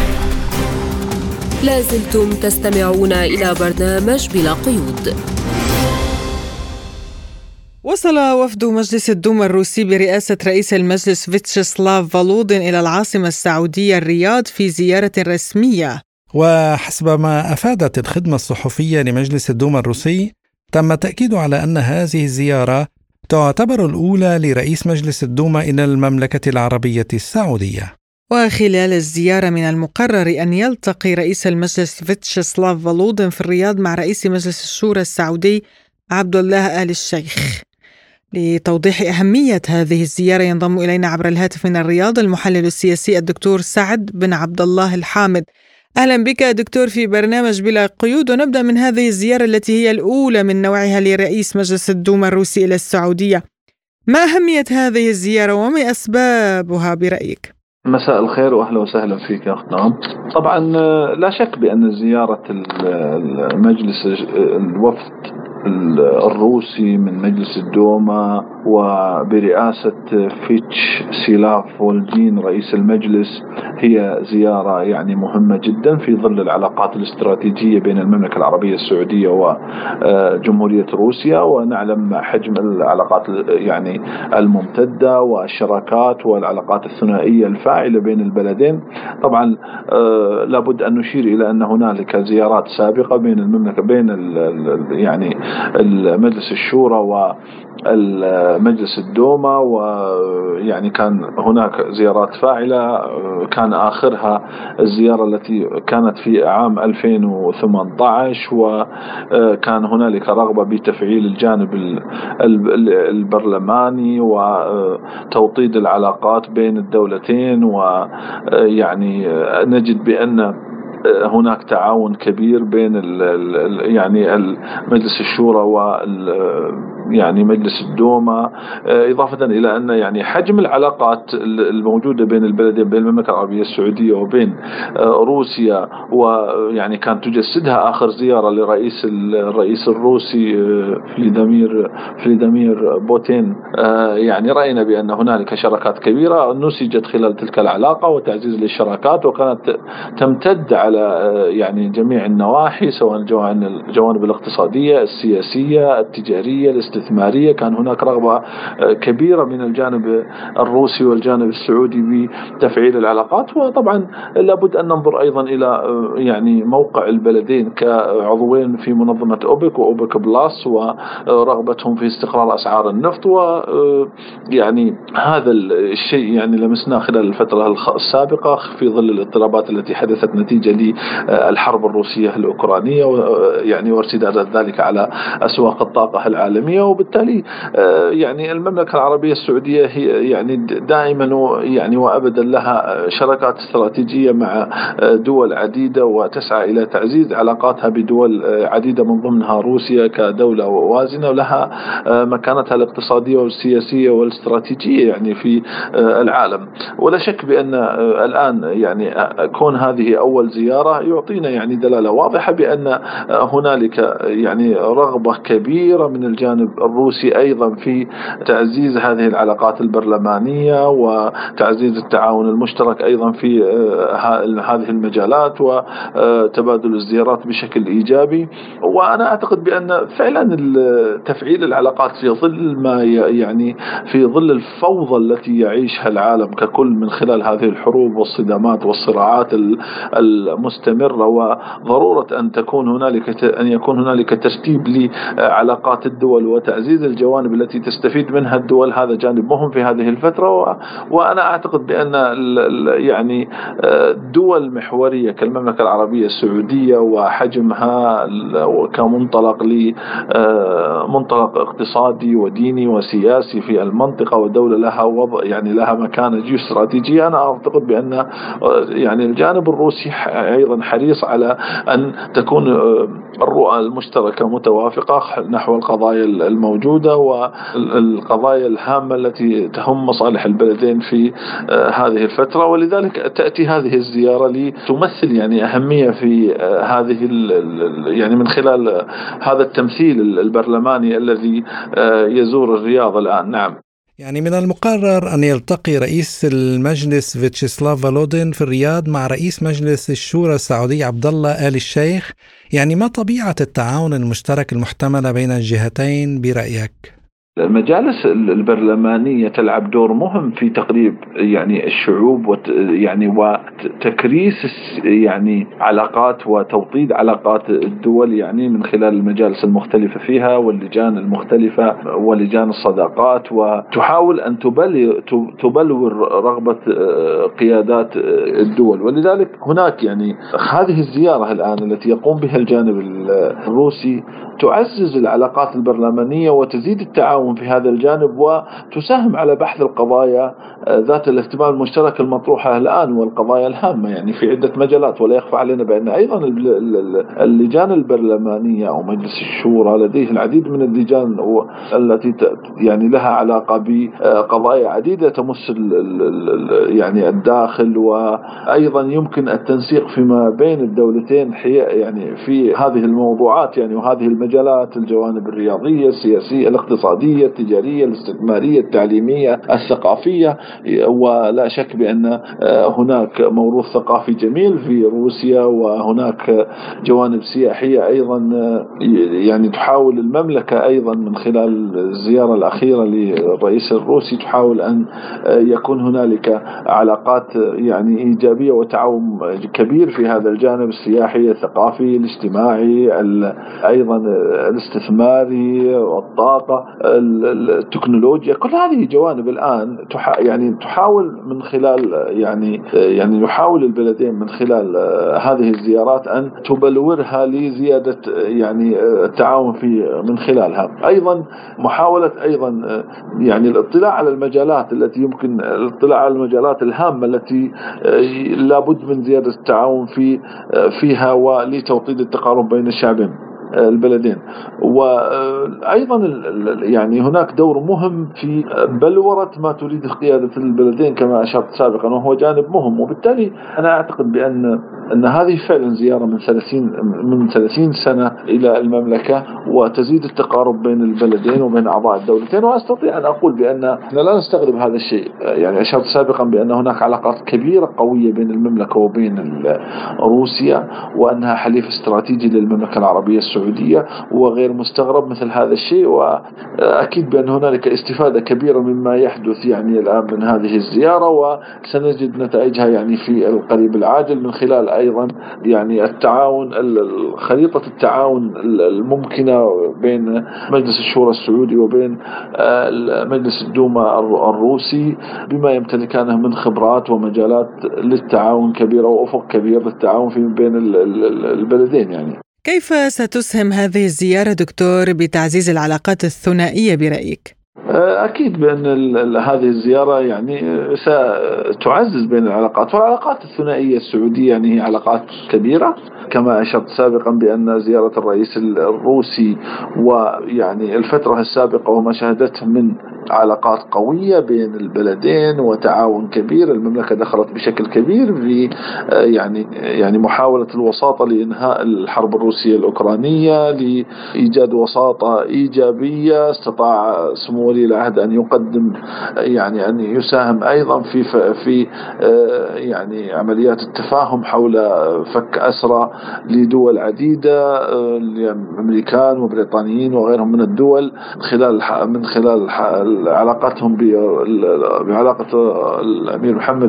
لازلتم تستمعون إلى برنامج بلا قيود. وصل وفد مجلس الدوما الروسي برئاسة رئيس المجلس فيتشسلاف فالودين إلى العاصمة السعودية الرياض في زيارة رسمية. وحسب ما أفادت الخدمة الصحفية لمجلس الدوما الروسي، تم تأكيد على أن هذه الزيارة تعتبر الأولى لرئيس مجلس الدوما إلى المملكة العربية السعودية. وخلال الزيارة من المقرر أن يلتقي رئيس المجلس فيتشسلاف فالودين في الرياض مع رئيس مجلس الشورى السعودي عبد الله آل الشيخ. لتوضيح أهمية هذه الزيارة ينضم إلينا عبر الهاتف من الرياض المحلل السياسي الدكتور سعد بن عبد الله الحامد. أهلا بك دكتور في برنامج بلا قيود، ونبدأ من هذه الزيارة التي هي الأولى من نوعها لرئيس مجلس الدوما الروسي إلى السعودية. ما أهمية هذه الزيارة وما أسبابها برأيك؟ مساء الخير وأهلا وسهلا فيك يا أخت نعم. طبعا لا شك بأن زيارة المجلس الوفد الروسي من مجلس الدوما وبرئاسة فيتش سيلاف والدين رئيس المجلس هي زيارة يعني مهمة جدا في ظل العلاقات الاستراتيجية بين المملكة العربية السعودية وجمهورية روسيا، ونعلم حجم العلاقات يعني الممتدة والشراكات والعلاقات الثنائية الفاعلة بين البلدين. طبعا لابد أن نشير إلى أن هنالك زيارات سابقة بين المملكة بين يعني المجلس الشورى والمجلس الدوما، ويعني كان هناك زيارات فاعلة، كان آخرها الزيارة التي كانت في عام ألفين وثمانية عشر، وكان هنالك رغبة بتفعيل الجانب البرلماني وتوطيد العلاقات بين الدولتين، ويعني نجد بأن هناك تعاون كبير بين ال ال يعني مجلس الشورى وال يعني مجلس الدوما، إضافة إلى أن يعني حجم العلاقات الموجودة بين البلدين بين المملكة العربية السعودية وبين روسيا، ويعني كان تجسدها آخر زيارة لرئيس الرئيس الروسي فلاديمير فلاديمير بوتين. يعني رأينا بأن هنالك شراكات كبيرة نسجت خلال تلك العلاقة وتعزيز للشراكات، وكانت تمتد على يعني جميع النواحي، سواء الجوانب الاقتصادية السياسية التجارية الاستثمارية. كان هناك رغبة كبيرة من الجانب الروسي والجانب السعودي بتفعيل العلاقات. وطبعا لابد أن ننظر أيضا إلى يعني موقع البلدين كعضوين في منظمة أوبك وأوبك بلاس ورغبتهم في استقرار أسعار النفط، ويعني هذا الشيء يعني لمسناه خلال الفترة السابقة في ظل الاضطرابات التي حدثت نتيجة للحرب الروسية الأوكرانية، يعني وارتداد ذلك على أسواق الطاقة العالمية. وبالتالي يعني المملكة العربية السعودية هي يعني دائما يعني وأبدا لها شراكات استراتيجية مع دول عديدة، وتسعى إلى تعزيز علاقاتها بدول عديدة من ضمنها روسيا كدولة وازنة، ولها مكانتها الاقتصادية والسياسية والاستراتيجية يعني في العالم. ولا شك بأن الآن يعني كون هذه أول زيارة يعطينا يعني دلالة واضحة بأن هنالك يعني رغبة كبيرة من الجانب الروسي أيضا في تعزيز هذه العلاقات البرلمانية وتعزيز التعاون المشترك أيضا في هذه المجالات وتبادل الزيارات بشكل إيجابي. وأنا أعتقد بأن فعلا تفعيل العلاقات في ظل ما يعني في ظل الفوضى التي يعيشها العالم ككل من خلال هذه الحروب والصدامات والصراعات المستمرة، وضرورة أن تكون هنالك أن يكون هنالك ترتيب لعلاقات الدول وتعزيز الجوانب التي تستفيد منها الدول هذا جانب مهم في هذه الفترة. وأنا أعتقد بأن يعني دول محورية كالمملكة العربية السعودية وحجمها كمنطلق لمنطلق اقتصادي وديني وسياسي في المنطقة، ودولة لها وضع يعني لها مكانة جيوستراتيجية، أنا أعتقد بأن يعني الجانب الروسي أيضا حريص على أن تكون الرؤى المشتركة متوافقة نحو القضايا الموجودة والقضايا الهامة التي تهم مصالح البلدين في هذه الفترة. ولذلك تأتي هذه الزيارة لتمثل يعني أهمية في هذه يعني من خلال هذا التمثيل البرلماني الذي يزور الرياض الآن. نعم، يعني من المقرر أن يلتقي رئيس المجلس فيتشيسلاف فالودين في الرياض مع رئيس مجلس الشورى السعودي عبد الله آل الشيخ. يعني ما طبيعة التعاون المشترك المحتملة بين الجهتين برأيك؟ المجالس البرلمانية تلعب دور مهم في تقريب يعني الشعوب وت يعني وتكريس يعني علاقات وتوطيد علاقات الدول يعني من خلال المجالس المختلفة فيها واللجان المختلفة ولجان الصداقات، وتحاول أن تبلور رغبة قيادات الدول. ولذلك هناك يعني هذه الزيارة الآن التي يقوم بها الجانب الروسي تعزز العلاقات البرلمانية وتزيد التعاون في هذا الجانب، وتساهم على بحث القضايا ذات الاهتمام المشترك المطروحة الآن والقضايا الهامة يعني في عدة مجالات. ولا يخفى علينا بأن أيضا اللجان البرلمانية أو مجلس الشورى لديه العديد من اللجان التي يعني لها علاقة بقضايا عديدة تمس يعني الداخل، وأيضا يمكن التنسيق فيما بين الدولتين يعني في هذه الموضوعات يعني وهذه المجالات: الجوانب الرياضية، السياسية، الاقتصادية، التجارية، الاستثمارية، التعليمية، الثقافية. ولا شك بأن هناك موروث ثقافي جميل في روسيا، وهناك جوانب سياحية أيضا يعني تحاول المملكة أيضا من خلال الزيارة الأخيرة للرئيس الروسي تحاول أن يكون هنالك علاقات يعني إيجابية وتعاون كبير في هذا الجانب السياحي، الثقافي، الاجتماعي، أيضا الاستثماري، الطاقة، التكنولوجيا. كل هذه جوانب الآن يعني تحاول من خلال يعني يعني يحاول البلدين من خلال هذه الزيارات أن تبلورها لزيادة يعني التعاون في من خلالها. أيضا محاولة أيضا يعني الاطلاع على المجالات التي يمكن الاطلاع على المجالات الهامة التي لابد من زيادة التعاون في فيها ولتوطيد التقارب بين الشعبين البلدين. وأيضا يعني هناك دور مهم في بلورة ما تريد قيادة البلدين كما أشرت سابقا، وهو جانب مهم. وبالتالي أنا أعتقد بأن أن هذه فعلا زيارة من ثلاثين من ثلاثين سنة إلى المملكة وتزيد التقارب بين البلدين وبين أعضاء الدولتين. وأستطيع أن أقول بأن احنا لا نستغرب هذا الشيء. يعني أشرت سابقا بأن هناك علاقات كبيرة قوية بين المملكة وبين روسيا، وأنها حليف استراتيجي للمملكة العربية السعودية، وغير مستغرب مثل هذا الشيء. وأكيد بأن هنالك استفادة كبيرة مما يحدث يعني الآن من هذه الزيارة، وسنجد نتائجها يعني في القريب العاجل من خلال أيضا يعني التعاون خريطة التعاون الممكنة بين مجلس الشورى السعودي وبين مجلس الدوما الروسي بما يمتلكانه من خبرات ومجالات للتعاون كبيرة وأفق كبير للتعاون في بين البلدين. يعني كيف ستسهم هذه الزيارة دكتور بتعزيز العلاقات الثنائية برأيك؟ أكيد بأن هذه الزيارة يعني ستعزز بين العلاقات، والعلاقات الثنائية السعودية يعني هي علاقات كبيرة كما أشرت سابقا بأن زيارة الرئيس الروسي ويعني الفترة السابقة وما شهدته من علاقات قوية بين البلدين وتعاون كبير. المملكة دخلت بشكل كبير في يعني يعني محاولة الوساطة لإنهاء الحرب الروسية الأوكرانية، لإيجاد وساطة إيجابية. استطاع سمو ولي العهد أن يقدم يعني أن يساهم أيضا في في يعني عمليات التفاهم حول فك أسرى لدول عديدة، الأمريكان وبريطانيين وغيرهم من الدول، خلال من خلال علاقتهم بعلاقة الأمير محمد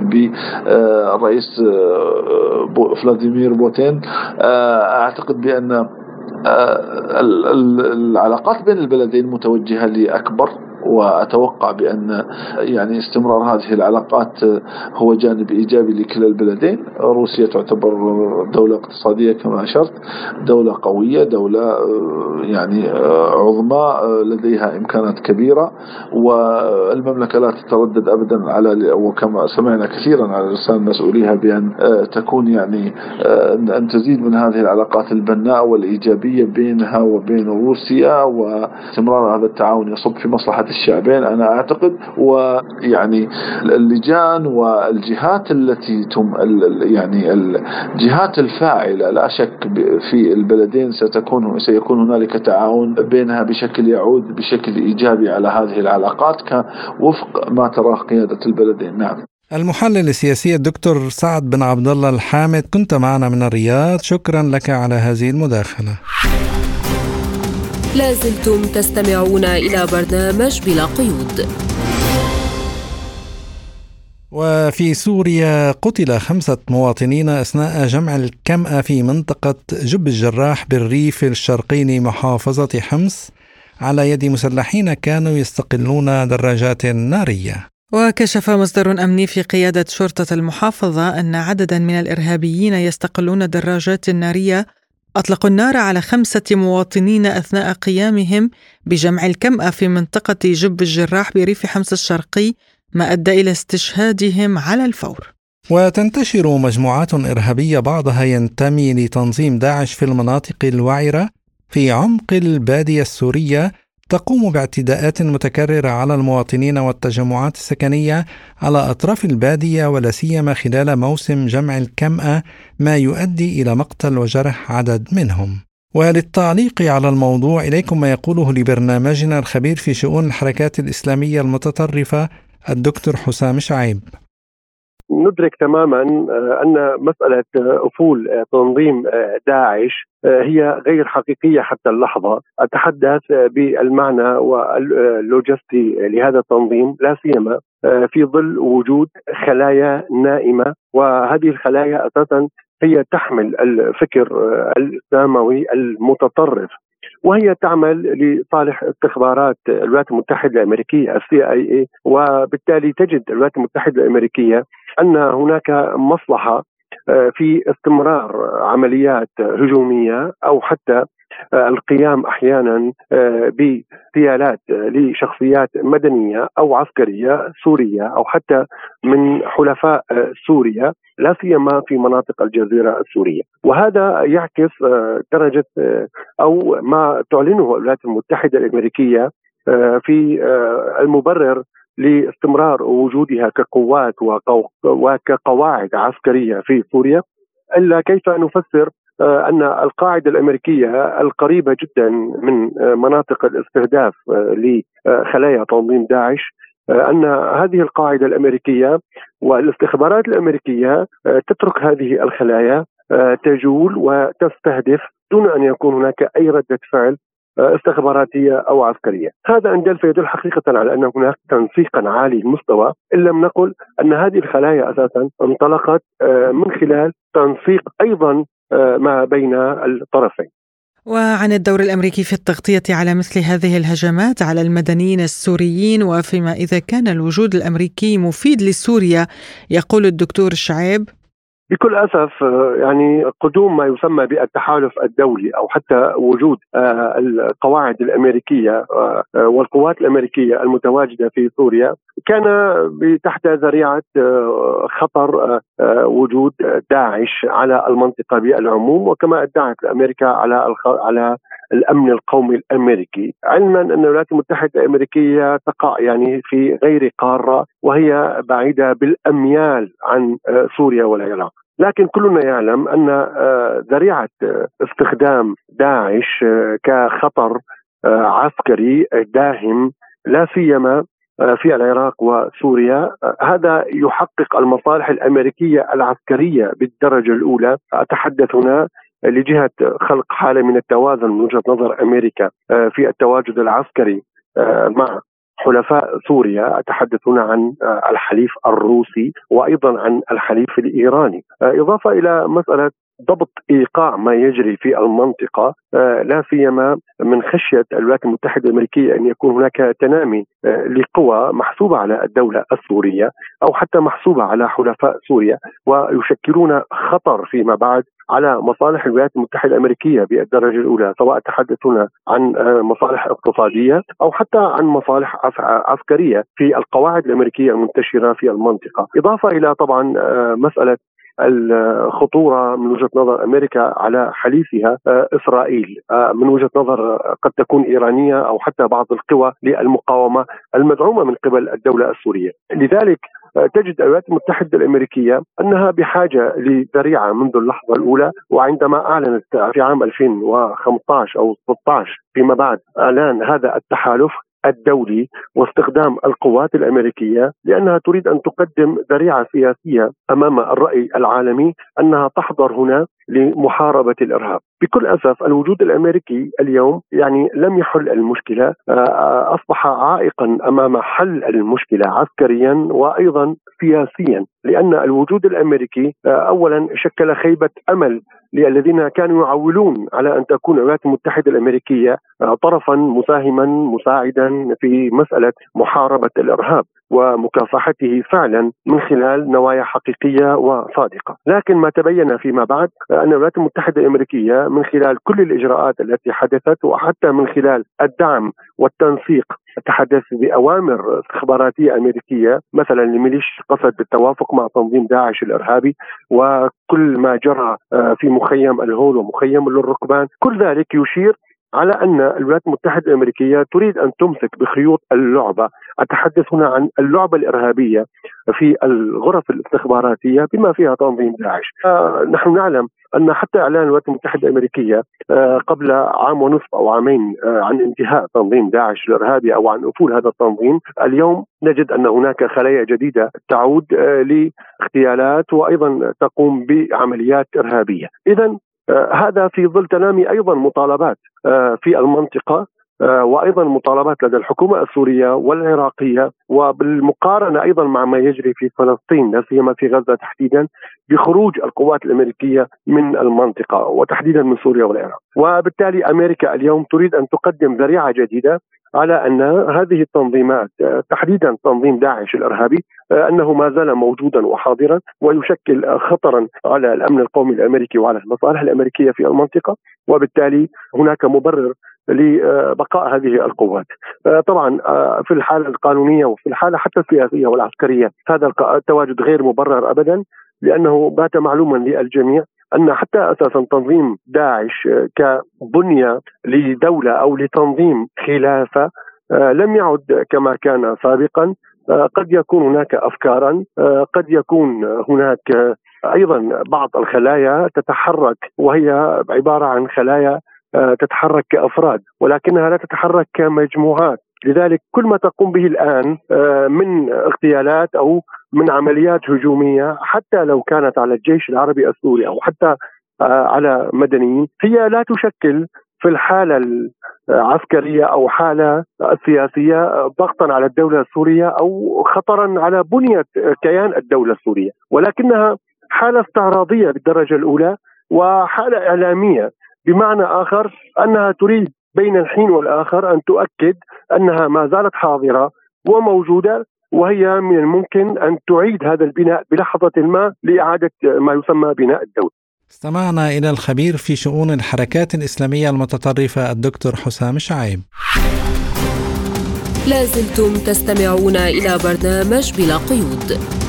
بالرئيس فلاديمير بوتين. أعتقد بأن العلاقات بين البلدين متوجهة لأكبر، وأتوقع بأن يعني استمرار هذه العلاقات هو جانب إيجابي لكلا البلدين. روسيا تعتبر دولة اقتصادية كما أشرت، دولة قوية، دولة يعني عظمى لديها إمكانات كبيرة، والمملكة لا تتردد أبدا على، وكما سمعنا كثيرا على لسان مسؤوليها، بأن تكون يعني أن تزيد من هذه العلاقات البناءة والإيجابية بينها وبين روسيا، واستمرار هذا التعاون يصب في مصلحة الشعبين أنا أعتقد. ويعني اللجان والجهات التي تم يعني الجهات الفاعلة لا شك في البلدين ستكون سيكون هنالك تعاون بينها بشكل يعود بشكل إيجابي على هذه العلاقات وفق ما تراه قيادة البلدين. نعم. المحلل السياسي الدكتور سعد بن عبد الله الحامد، كنت معنا من الرياض، شكرا لك على هذه المداخلة. لازلتم تستمعون إلى برنامج بلا قيود. وفي سوريا قتل خمسة مواطنين أثناء جمع الكمأة في منطقة جب الجراح بالريف الشرقي محافظة حمص على يد مسلحين كانوا يستقلون دراجات نارية. وكشف مصدر أمني في قيادة شرطة المحافظة أن عددا من الإرهابيين يستقلون دراجات نارية أطلقوا النار على خمسة مواطنين أثناء قيامهم بجمع الكمأة في منطقة جب الجراح بريف حمص الشرقي، ما أدى إلى استشهادهم على الفور. وتنتشر مجموعات إرهابية بعضها ينتمي لتنظيم داعش في المناطق الوعرة في عمق البادية السورية، تقوم باعتداءات متكررة على المواطنين والتجمعات السكنية على أطراف البادية، ولا سيما خلال موسم جمع الكمأة، ما يؤدي إلى مقتل وجرح عدد منهم. وللتعليق على الموضوع إليكم ما يقوله لبرنامجنا الخبير في شؤون الحركات الإسلامية المتطرفة الدكتور حسام شعيب. ندرك تماما أن مسألة أفول تنظيم داعش هي غير حقيقية حتى اللحظة. أتحدث بالمعنى واللوجستي لهذا التنظيم، لا سيما في ظل وجود خلايا نائمة، وهذه الخلايا أساسا هي تحمل الفكر الإسلاموي المتطرف، وهي تعمل لصالح استخبارات الولايات المتحدة الأمريكية السي آي إيه، وبالتالي تجد الولايات المتحدة الأمريكية أن هناك مصلحة في استمرار عمليات هجومية أو حتى القيام أحيانا باغتيالات لشخصيات مدنية أو عسكرية سورية أو حتى من حلفاء سوريا، لا سيما في مناطق الجزيرة السورية. وهذا يعكس درجة أو ما تعلنه الولايات المتحدة الأمريكية في المبرر لاستمرار وجودها كقوات وكقواعد عسكرية في سوريا. إلا كيف نفسر أن القاعدة الأمريكية القريبة جدا من مناطق الاستهداف لخلايا تنظيم داعش، أن هذه القاعدة الأمريكية والاستخبارات الأمريكية تترك هذه الخلايا تجول وتستهدف دون أن يكون هناك أي ردة فعل استخباراتية أو عسكرية. هذا إن دل فيدل حقيقة على أن هناك تنسيقا عالي المستوى، إن لم نقل أن هذه الخلايا أساسا انطلقت من خلال تنسيق أيضا ما بين الطرفين. وعن الدور الأمريكي في التغطية على مثل هذه الهجمات على المدنيين السوريين، وفيما إذا كان الوجود الأمريكي مفيد لسوريا، يقول الدكتور شعيب: بكل أسف يعني قدوم ما يسمى بالتحالف الدولي أو حتى وجود القواعد الأمريكية والقوات الأمريكية المتواجدة في سوريا كان تحت ذريعة خطر وجود داعش على المنطقة بالعموم، وكما ادعت أمريكا على على الأمن القومي الأمريكي، علما أن الولايات المتحدة الأمريكية تقع يعني في غير قارة وهي بعيدة بالأميال عن سوريا والعراق. لكن كلنا يعلم أن ذريعة استخدام داعش كخطر عسكري داهم لا سيما في العراق وسوريا، هذا يحقق المصالح الأمريكية العسكرية بالدرجة الأولى. أتحدث هنا لجهة خلق حالة من التوازن من وجهة نظر أمريكا في التواجد العسكري مع حلفاء سوريا، أتحدث هنا عن الحليف الروسي وأيضا عن الحليف الإيراني، إضافة إلى مسألة ضبط إيقاع ما يجري في المنطقة، لا سيما من خشية الولايات المتحدة الأمريكية أن يكون هناك تنامي لقوى محسوبة على الدولة السورية أو حتى محسوبة على حلفاء سوريا، ويشكلون خطر فيما بعد على مصالح الولايات المتحدة الأمريكية بالدرجة الأولى، سواء تحدثنا عن مصالح اقتصادية أو حتى عن مصالح عسكرية في القواعد الأمريكية المنتشرة في المنطقة، إضافة إلى طبعا مسألة الخطورة من وجهة نظر أمريكا على حليفها إسرائيل، من وجهة نظر قد تكون إيرانية أو حتى بعض القوى للمقاومة المدعومة من قبل الدولة السورية. لذلك تجد الولايات المتحدة الأمريكية أنها بحاجة لذريعة منذ اللحظة الأولى، وعندما أعلنت في عام ألفين وخمسة عشر أو ستة عشر فيما بعد إعلان هذا التحالف الدولي واستخدام القوات الأمريكية، لأنها تريد أن تقدم ذريعة سياسية أمام الرأي العالمي أنها تحضر هنا لمحاربة الإرهاب. بكل أسف الوجود الأمريكي اليوم يعني لم يحل المشكلة، أصبح عائقا أمام حل المشكلة عسكريا وأيضا سياسيا، لأن الوجود الأمريكي أولا شكل خيبة أمل للذين كانوا يعولون على أن تكون الولايات المتحدة الأمريكية طرفا مساهما مساعدا في مسألة محاربة الإرهاب ومكافحته فعلا من خلال نوايا حقيقية وصادقة. لكن ما تبين فيما بعد أن الولايات المتحدة الأمريكية من خلال كل الإجراءات التي حدثت وحتى من خلال الدعم والتنسيق، التحدث بأوامر استخباراتية أمريكية مثلا لميليش قصد بالتوافق مع تنظيم داعش الإرهابي، وكل ما جرى في مخيم الهول ومخيم للركبان، كل ذلك يشير على أن الولايات المتحدة الأمريكية تريد أن تمسك بخيوط اللعبة. أتحدث هنا عن اللعبة الإرهابية في الغرف الاستخباراتية بما فيها تنظيم داعش. آه نحن نعلم أن حتى إعلان الولايات المتحدة الأمريكية آه قبل عام ونصف أو عامين آه عن انتهاء تنظيم داعش الإرهابي أو عن أفول هذا التنظيم، اليوم نجد أن هناك خلايا جديدة تعود آه لاغتيالات وأيضا تقوم بعمليات إرهابية. إذن آه هذا في ظل تنامي أيضا مطالبات آه في المنطقة، آه وأيضا مطالبات لدى الحكومة السورية والعراقية، وبالمقارنة أيضا مع ما يجري في فلسطين لا سيما في غزة تحديدا بخروج القوات الأمريكية من المنطقة وتحديدا من سوريا والعراق. وبالتالي أمريكا اليوم تريد أن تقدم ذريعة جديدة على أن هذه التنظيمات تحديدا تنظيم داعش الإرهابي أنه ما زال موجودا وحاضرا ويشكل خطرا على الأمن القومي الأمريكي وعلى المصالح الأمريكية في المنطقة، وبالتالي هناك مبرر لبقاء هذه القوات. طبعا في الحالة القانونية وفي الحالة حتى السياسية والعسكرية هذا التواجد غير مبرر أبدا، لأنه بات معلوما للجميع أن حتى أساسا تنظيم داعش كبنية لدولة أو لتنظيم خلافة لم يعد كما كان سابقا. قد يكون هناك أفكارا، قد يكون هناك أيضا بعض الخلايا تتحرك وهي عبارة عن خلايا تتحرك كأفراد، ولكنها لا تتحرك كمجموعات. لذلك كل ما تقوم به الآن من اغتيالات أو من عمليات هجومية حتى لو كانت على الجيش العربي السوري أو حتى على مدنيين، هي لا تشكل في الحالة العسكرية أو حالة السياسية ضغطا على الدولة السورية أو خطرا على بنية كيان الدولة السورية، ولكنها حالة استعراضية بالدرجة الأولى وحالة إعلامية، بمعنى آخر أنها تريد بين الحين والآخر أن تؤكد أنها ما زالت حاضرة وموجودة، وهي من الممكن أن تعيد هذا البناء بلحظة ما لإعادة ما يسمى بناء الدولة. استمعنا إلى الخبير في شؤون الحركات الإسلامية المتطرفة الدكتور حسام شعيب. لازلتم تستمعون إلى برنامج بلا قيود.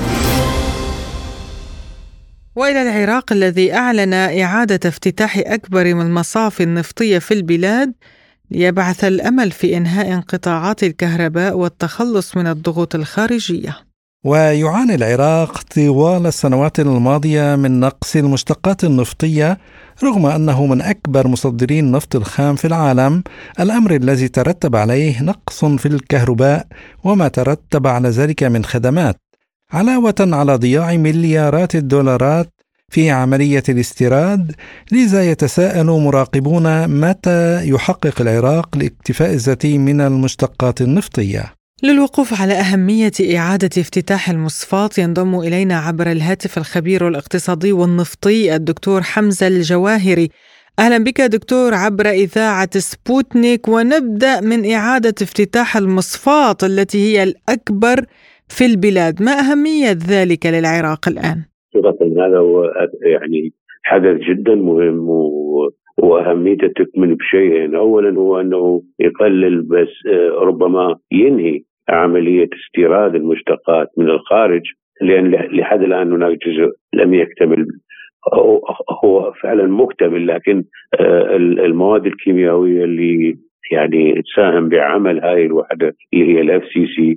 وإلى العراق الذي أعلن إعادة افتتاح أكبر من المصافي النفطية في البلاد ليبعث الأمل في إنهاء انقطاعات الكهرباء والتخلص من الضغوط الخارجية. ويعاني العراق طوال السنوات الماضية من نقص المشتقات النفطية رغم أنه من أكبر مصدري النفط الخام في العالم، الأمر الذي ترتب عليه نقص في الكهرباء وما ترتب على ذلك من خدمات، علاوة على ضياع مليارات الدولارات في عملية الاستيراد. لذا يتساءل مراقبون متى يحقق العراق الاكتفاء الذاتي من المشتقات النفطية. للوقوف على أهمية إعادة افتتاح المصفاة ينضم إلينا عبر الهاتف الخبير الاقتصادي والنفطي الدكتور حمزة الجواهري. أهلا بك دكتور عبر إذاعة سبوتنيك، ونبدأ من إعادة افتتاح المصفاة التي هي الأكبر في البلاد. ما أهمية ذلك للعراق الآن؟ هذا هو يعني حدث جدا مهم و... وأهميته تكمن بشيئين. أولا هو أنه يقلل بس ربما ينهي عملية استيراد المشتقات من الخارج، لأن لحد الآن هناك جزء لم يكتمل، هو فعلا مكتمل، لكن المواد الكيميائية اللي يعني تساهم بعمل هاي الوحدة اللي هي الاف سي سي،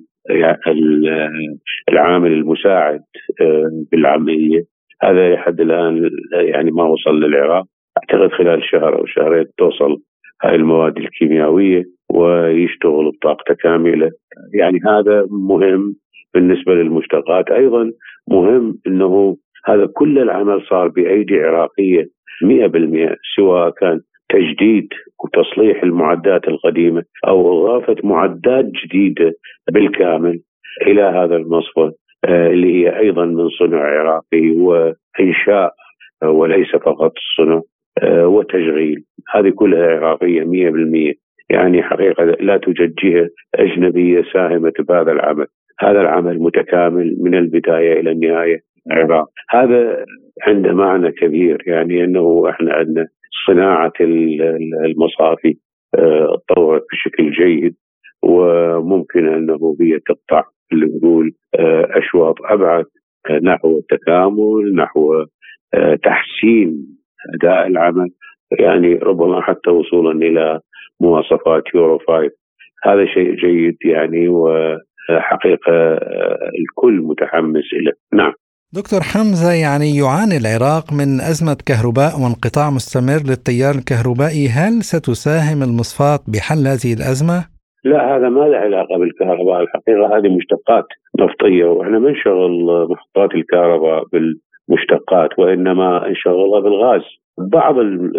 العامل المساعد بالعملية، هذا لحد الآن يعني ما وصل للعراق. أعتقد خلال شهر أو شهرين توصل هاي المواد الكيميائية ويشتغل بطاقة كاملة. يعني هذا مهم بالنسبة للمشتقات. أيضا مهم أنه هذا كل العمل صار بأيدي عراقية مئة بالمئة، سواء كان تجديد وتصليح المعدات القديمة أو إضافة معدات جديدة بالكامل إلى هذا المصفى اللي هي أيضا من صنع عراقي وإنشاء وليس فقط الصنع وتشغيل. هذه كلها عراقية مئة بالمئة، يعني حقيقة لا توجد جهة أجنبية ساهمت بهذا العمل. هذا العمل متكامل من البداية إلى النهاية عراق. هذا عنده معنى كبير، يعني أنه إحنا عندنا صناعة المصافي تطورت بشكل جيد، وممكن أنه هي تقطع اللي نقول أشواط أبعد نحو التكامل، نحو تحسين أداء العمل، يعني ربما حتى وصولا إلى مواصفات يورو خمسة. هذا شيء جيد يعني، وحقيقة الكل متحمس إليه. نعم دكتور حمزة، يعني يعاني العراق من أزمة كهرباء وانقطاع مستمر للتيار الكهربائي، هل ستساهم المصفاة بحل هذه الأزمة؟ لا، هذا ما له علاقة بالكهرباء. الحقيقة هذه مشتقات نفطية، وإحنا ما نشغل محطات الكهرباء بالمشتقات، وإنما نشغلها بالغاز. بعض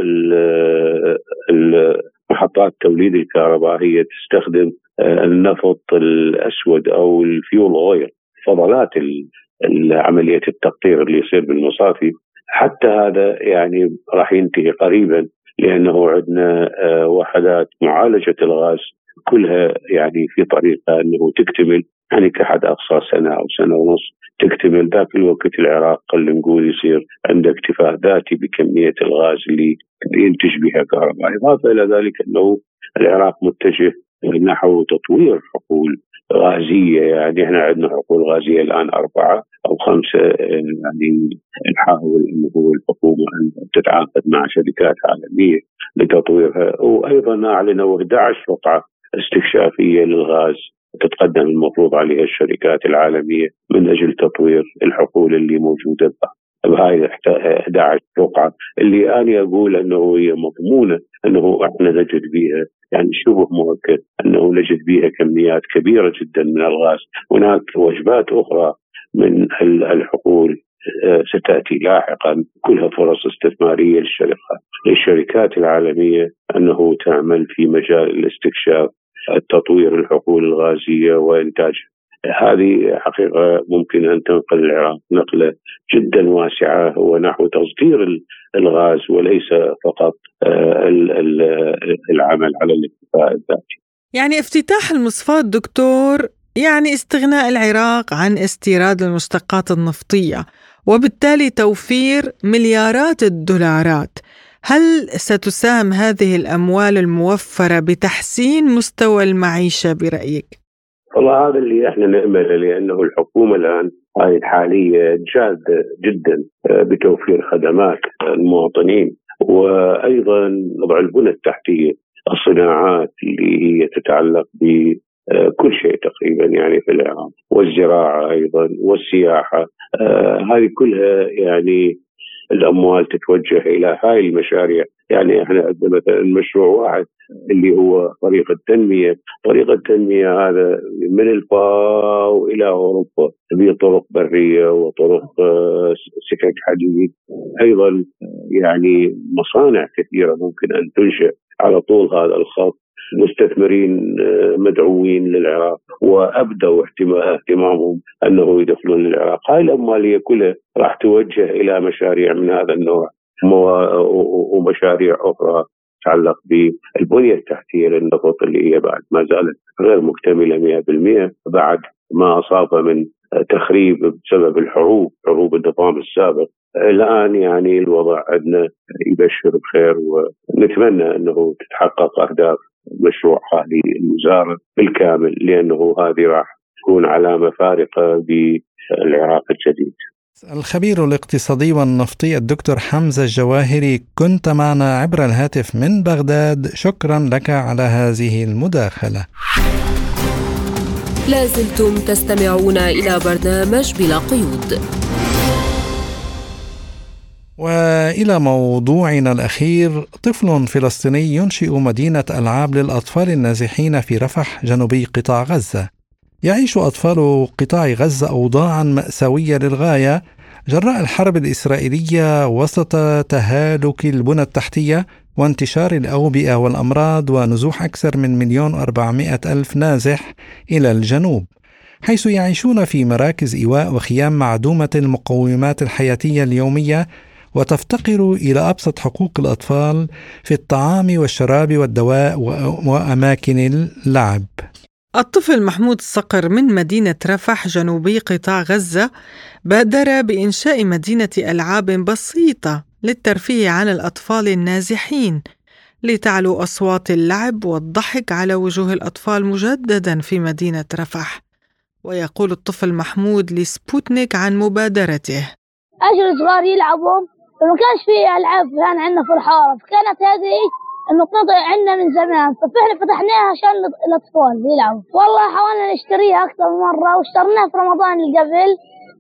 محطات توليد الكهرباء هي تستخدم النفط الأسود أو الفيول أويل، فضلات عملية التقطير اللي يصير بالمصافي. حتى هذا يعني راح ينتهي قريبا، لأنه عندنا وحدات معالجة الغاز كلها يعني في طريقة أنه تكتمل، يعني كحد أقصى سنة أو سنة ونص تكتمل. ذاك الوقت العراق اللي نقول يصير عنده اكتفاء ذاتي بكمية الغاز اللي ينتج بها كهرباء. إضافة إلى ذلك أنه العراق متجه نحو تطوير حقول غازية، يعني احنا عندنا حقول غازية الآن أربعة أو خمسة، يعني نحاول أنه الحكومة أن تتعاقد مع شركات عالمية لتطويرها. وأيضا أعلنوا أحد عشر رقعة استكشافية للغاز تتقدم المفروض عليها الشركات العالمية من أجل تطوير الحقول اللي موجودة بهاي أحد عشر رقعة، اللي أنا أقول أنه هي مضمونة أنه احنا نجد بها، يعني شبه مؤكد أنه نجد بها كميات كبيرة جدا من الغاز. هناك وجبات أخرى من الحقول ستأتي لاحقا، كلها فرص استثمارية للشركات للشركات العالمية أنه تعمل في مجال الاستكشاف، التطوير الحقول الغازية وإنتاجها. هذه حقيقة ممكن أن تنقل العراق نقلة جدا واسعة ونحو تصدير الغاز، وليس فقط العمل على الاكتفاء الذاتي. يعني افتتاح المصفاة دكتور يعني استغناء العراق عن استيراد المشتقات النفطية، وبالتالي توفير مليارات الدولارات. هل ستساهم هذه الأموال الموفرة بتحسين مستوى المعيشة برأيك؟ والله هذا اللي احنا نأمله، لأنه الحكومة الآن هاي الحالية جادة جدا بتوفير خدمات المواطنين، وأيضا وضع البنى التحتية، الصناعات اللي هي تتعلق بكل شيء تقريبا يعني في العراق، والزراعة أيضا والسياحة. آه هذه كلها يعني الأموال تتوجه إلى هاي المشاريع. يعني احنا عندنا مثلا مشروع واحد اللي هو طريق التنمية. طريق التنمية هذا من الفاو إلى أوروبا، بطرق برية وطرق سكك حديد، أيضا يعني مصانع كثيرة ممكن أن تنشأ على طول هذا الخط. مستثمرين مدعوين للعراق وأبدوا اهتمامهم أنه يدخلون للعراق. هاي الأموالية كلها راح توجه إلى مشاريع من هذا النوع ومشاريع أخرى تتعلق بالبنية التحتية للنفط اللي هي بعد ما زالت غير مكتملة مئة بالمئة بعد ما أصاب من تخريب بسبب الحروب حروب النظام السابق. الآن يعني الوضع عندنا يبشر بخير، ونتمنى أنه تتحقق أهداف مشروع هذه الوزارة بالكامل، لأنه هذه راح تكون علامة فارقة بالعراق الجديد. الخبير الاقتصادي والنفطي الدكتور حمزة الجواهري، كنت معنا عبر الهاتف من بغداد. شكرا لك على هذه المداخلة. لازلتم تستمعون إلى برنامج بلا قيود. وإلى موضوعنا الأخير، طفل فلسطيني ينشئ مدينة ألعاب للأطفال النازحين في رفح جنوبي قطاع غزة. يعيش أطفال قطاع غزة أوضاعا مأساوية للغاية جراء الحرب الإسرائيلية وسط تهالك البنى التحتية وانتشار الأوبئة والأمراض ونزوح أكثر من مليون وأربعمائة ألف نازح إلى الجنوب، حيث يعيشون في مراكز إيواء وخيام معدومة المقومات الحياتية اليومية وتفتقر إلى أبسط حقوق الأطفال في الطعام والشراب والدواء وأماكن اللعب. الطفل محمود صقر من مدينة رفح جنوبي قطاع غزة بادر بإنشاء مدينة ألعاب بسيطة للترفيه عن الأطفال النازحين لتعلو أصوات اللعب والضحك على وجوه الأطفال مجددا في مدينة رفح. ويقول الطفل محمود لسبوتنيك عن مبادرته: أجل صغار يلعبوا، فما كانش فيه ألعاب كان عندنا في الحارة، فكانت هذه النقطة عندنا من زمان، فإحنا فتحناها عشان الأطفال يلعبوا. والله حاولنا نشتريها أكثر من مرة واشترناها في رمضان اللي قبل،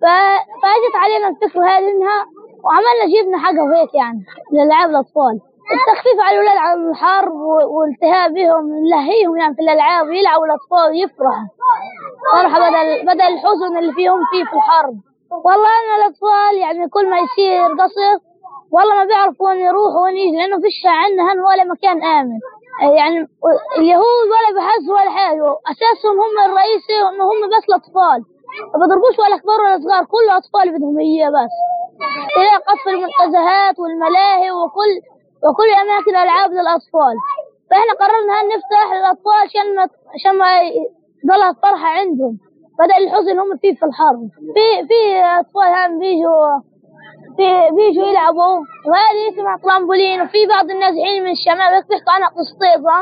فأجت علينا الفكرة هذه منها وعملنا جبنا حاجة هيك يعني لألعاب الأطفال، التخفيف على الأولاد عن الحر والالتهاب بهم، نلهيهم يعني في الألعاب ويلعبوا الأطفال ويفرحوا فرحة بدل بدل الحزن اللي فيهم فيه في الحرب. والله أنا الأطفال يعني كل ما يصير قصف والله ما بيعرفوا وين يروحوا وين يجوا، لأنه فيش عندنا هن ولا مكان آمن. يعني اليهود ولا بحزوا ولا حاجة، أساسهم هم الرئيسي إنه هم بس الأطفال، ما بضربوش ولا كبار ولا صغار، كله أطفال بدهم إياه بس. تلاقي قصف المنتزهات والملاهي وكل وكل أماكن ألعاب للأطفال، فإحنا قررنا هن نفتح للأطفال عشان عشان ما ضلها فرحة عندهم بدل الحزن هم فيه في الحرب. في في أطفال هم بيجوا في بيجوا يلعبوا، وهذه اسمها طلامبولين، وفي بعض النازحين من الشمال بيحكوا عنها قسطيطة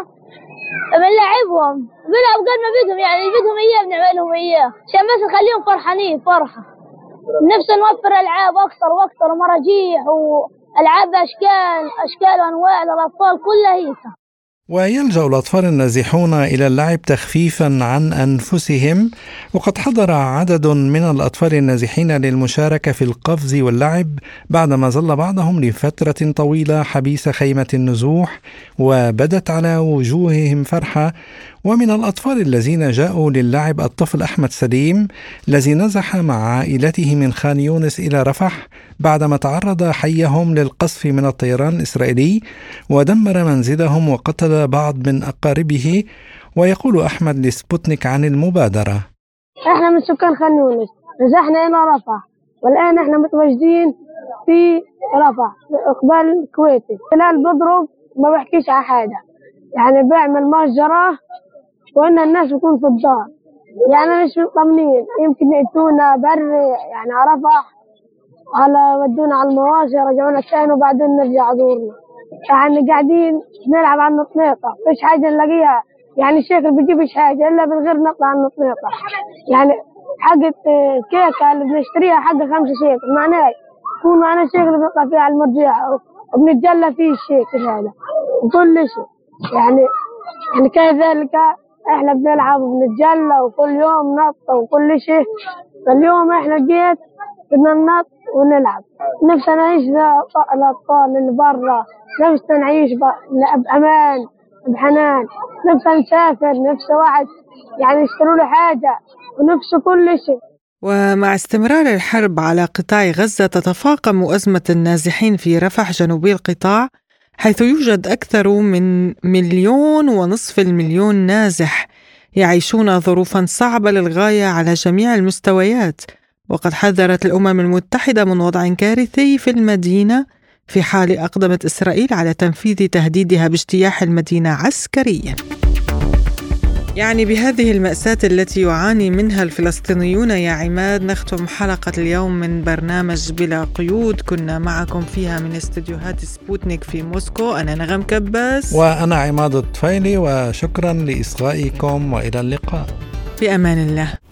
بنلعبهم بيلعبوا قد ما بدهم، يعني بدهم إياه بنعملهم إياه عشان بس نخليهم فرحانين فرحة. نفسنا نوفر ألعاب أكثر وأكثر ومراجيح وألعاب أشكال أشكال وأنواع للأطفال كلها هيك. ويلجأ الأطفال النازحون إلى اللعب تخفيفا عن أنفسهم، وقد حضر عدد من الأطفال النازحين للمشاركة في القفز واللعب بعدما ظل بعضهم لفترة طويلة حبيس خيمة النزوح وبدت على وجوههم فرحة. ومن الأطفال الذين جاءوا للعب الطفل أحمد سليم الذي نزح مع عائلته من خان يونس إلى رفح بعدما تعرض حيهم للقصف من الطيران الإسرائيلي ودمر منزلهم وقتل بعض من أقاربه. ويقول أحمد لسبوتنيك عن المبادرة: احنا من سكان خان يونس نزحنا إلى رفح، والآن احنا متواجدين في رفح إقبال الكويتي. خلال بضرب ما بحكيش على حاجة، يعني بعمل مهجرة وإن الناس يكون في الدار، يعني مش مطمنين، يمكن يأتونا بر يعني على رفح على ودونا على المواشي رجعونا تاني وبعدين نرجع دورنا. يعني قاعدين نلعب على النطنيطة، فيش حاجة نلاقيها، يعني الشيخ بيجيبش حاجة إلا بالغير نطلع على النطنيطة. يعني حاجة كيكة اللي بنشتريها حاجة خمسة شيكل معناه يكون معنا الشيخ اللي بنطلع فيه على المرجع وبنتجلى فيه الشيكل هذا وكل شيء. يعني يعني كذلك احنا بنلعب وبنتجلى وكل يوم نط وكل شيء. فاليوم احنا جيت بدنا ننط ونلعب. نفسنا نعيش الأطفال اللي برا، نفسنا نعيش بأمان بحنان، نفسنا نسافر، نفس واحد يعني يشتروا له حاجة ونفسه كل شيء. ومع استمرار الحرب على قطاع غزة تتفاقم أزمة النازحين في رفح جنوبي القطاع حيث يوجد أكثر من مليون ونصف المليون نازح يعيشون ظروفا صعبة للغاية على جميع المستويات. وقد حذرت الأمم المتحدة من وضع كارثي في المدينة في حال أقدمت إسرائيل على تنفيذ تهديدها باجتياح المدينة عسكريا. يعني بهذه المأساة التي يعاني منها الفلسطينيون يا عماد نختم حلقة اليوم من برنامج بلا قيود. كنا معكم فيها من استديوهات سبوتنيك في موسكو، أنا نغم كباس وأنا عماد الطفيلي، وشكرا لإصغائكم وإلى اللقاء. في أمان الله.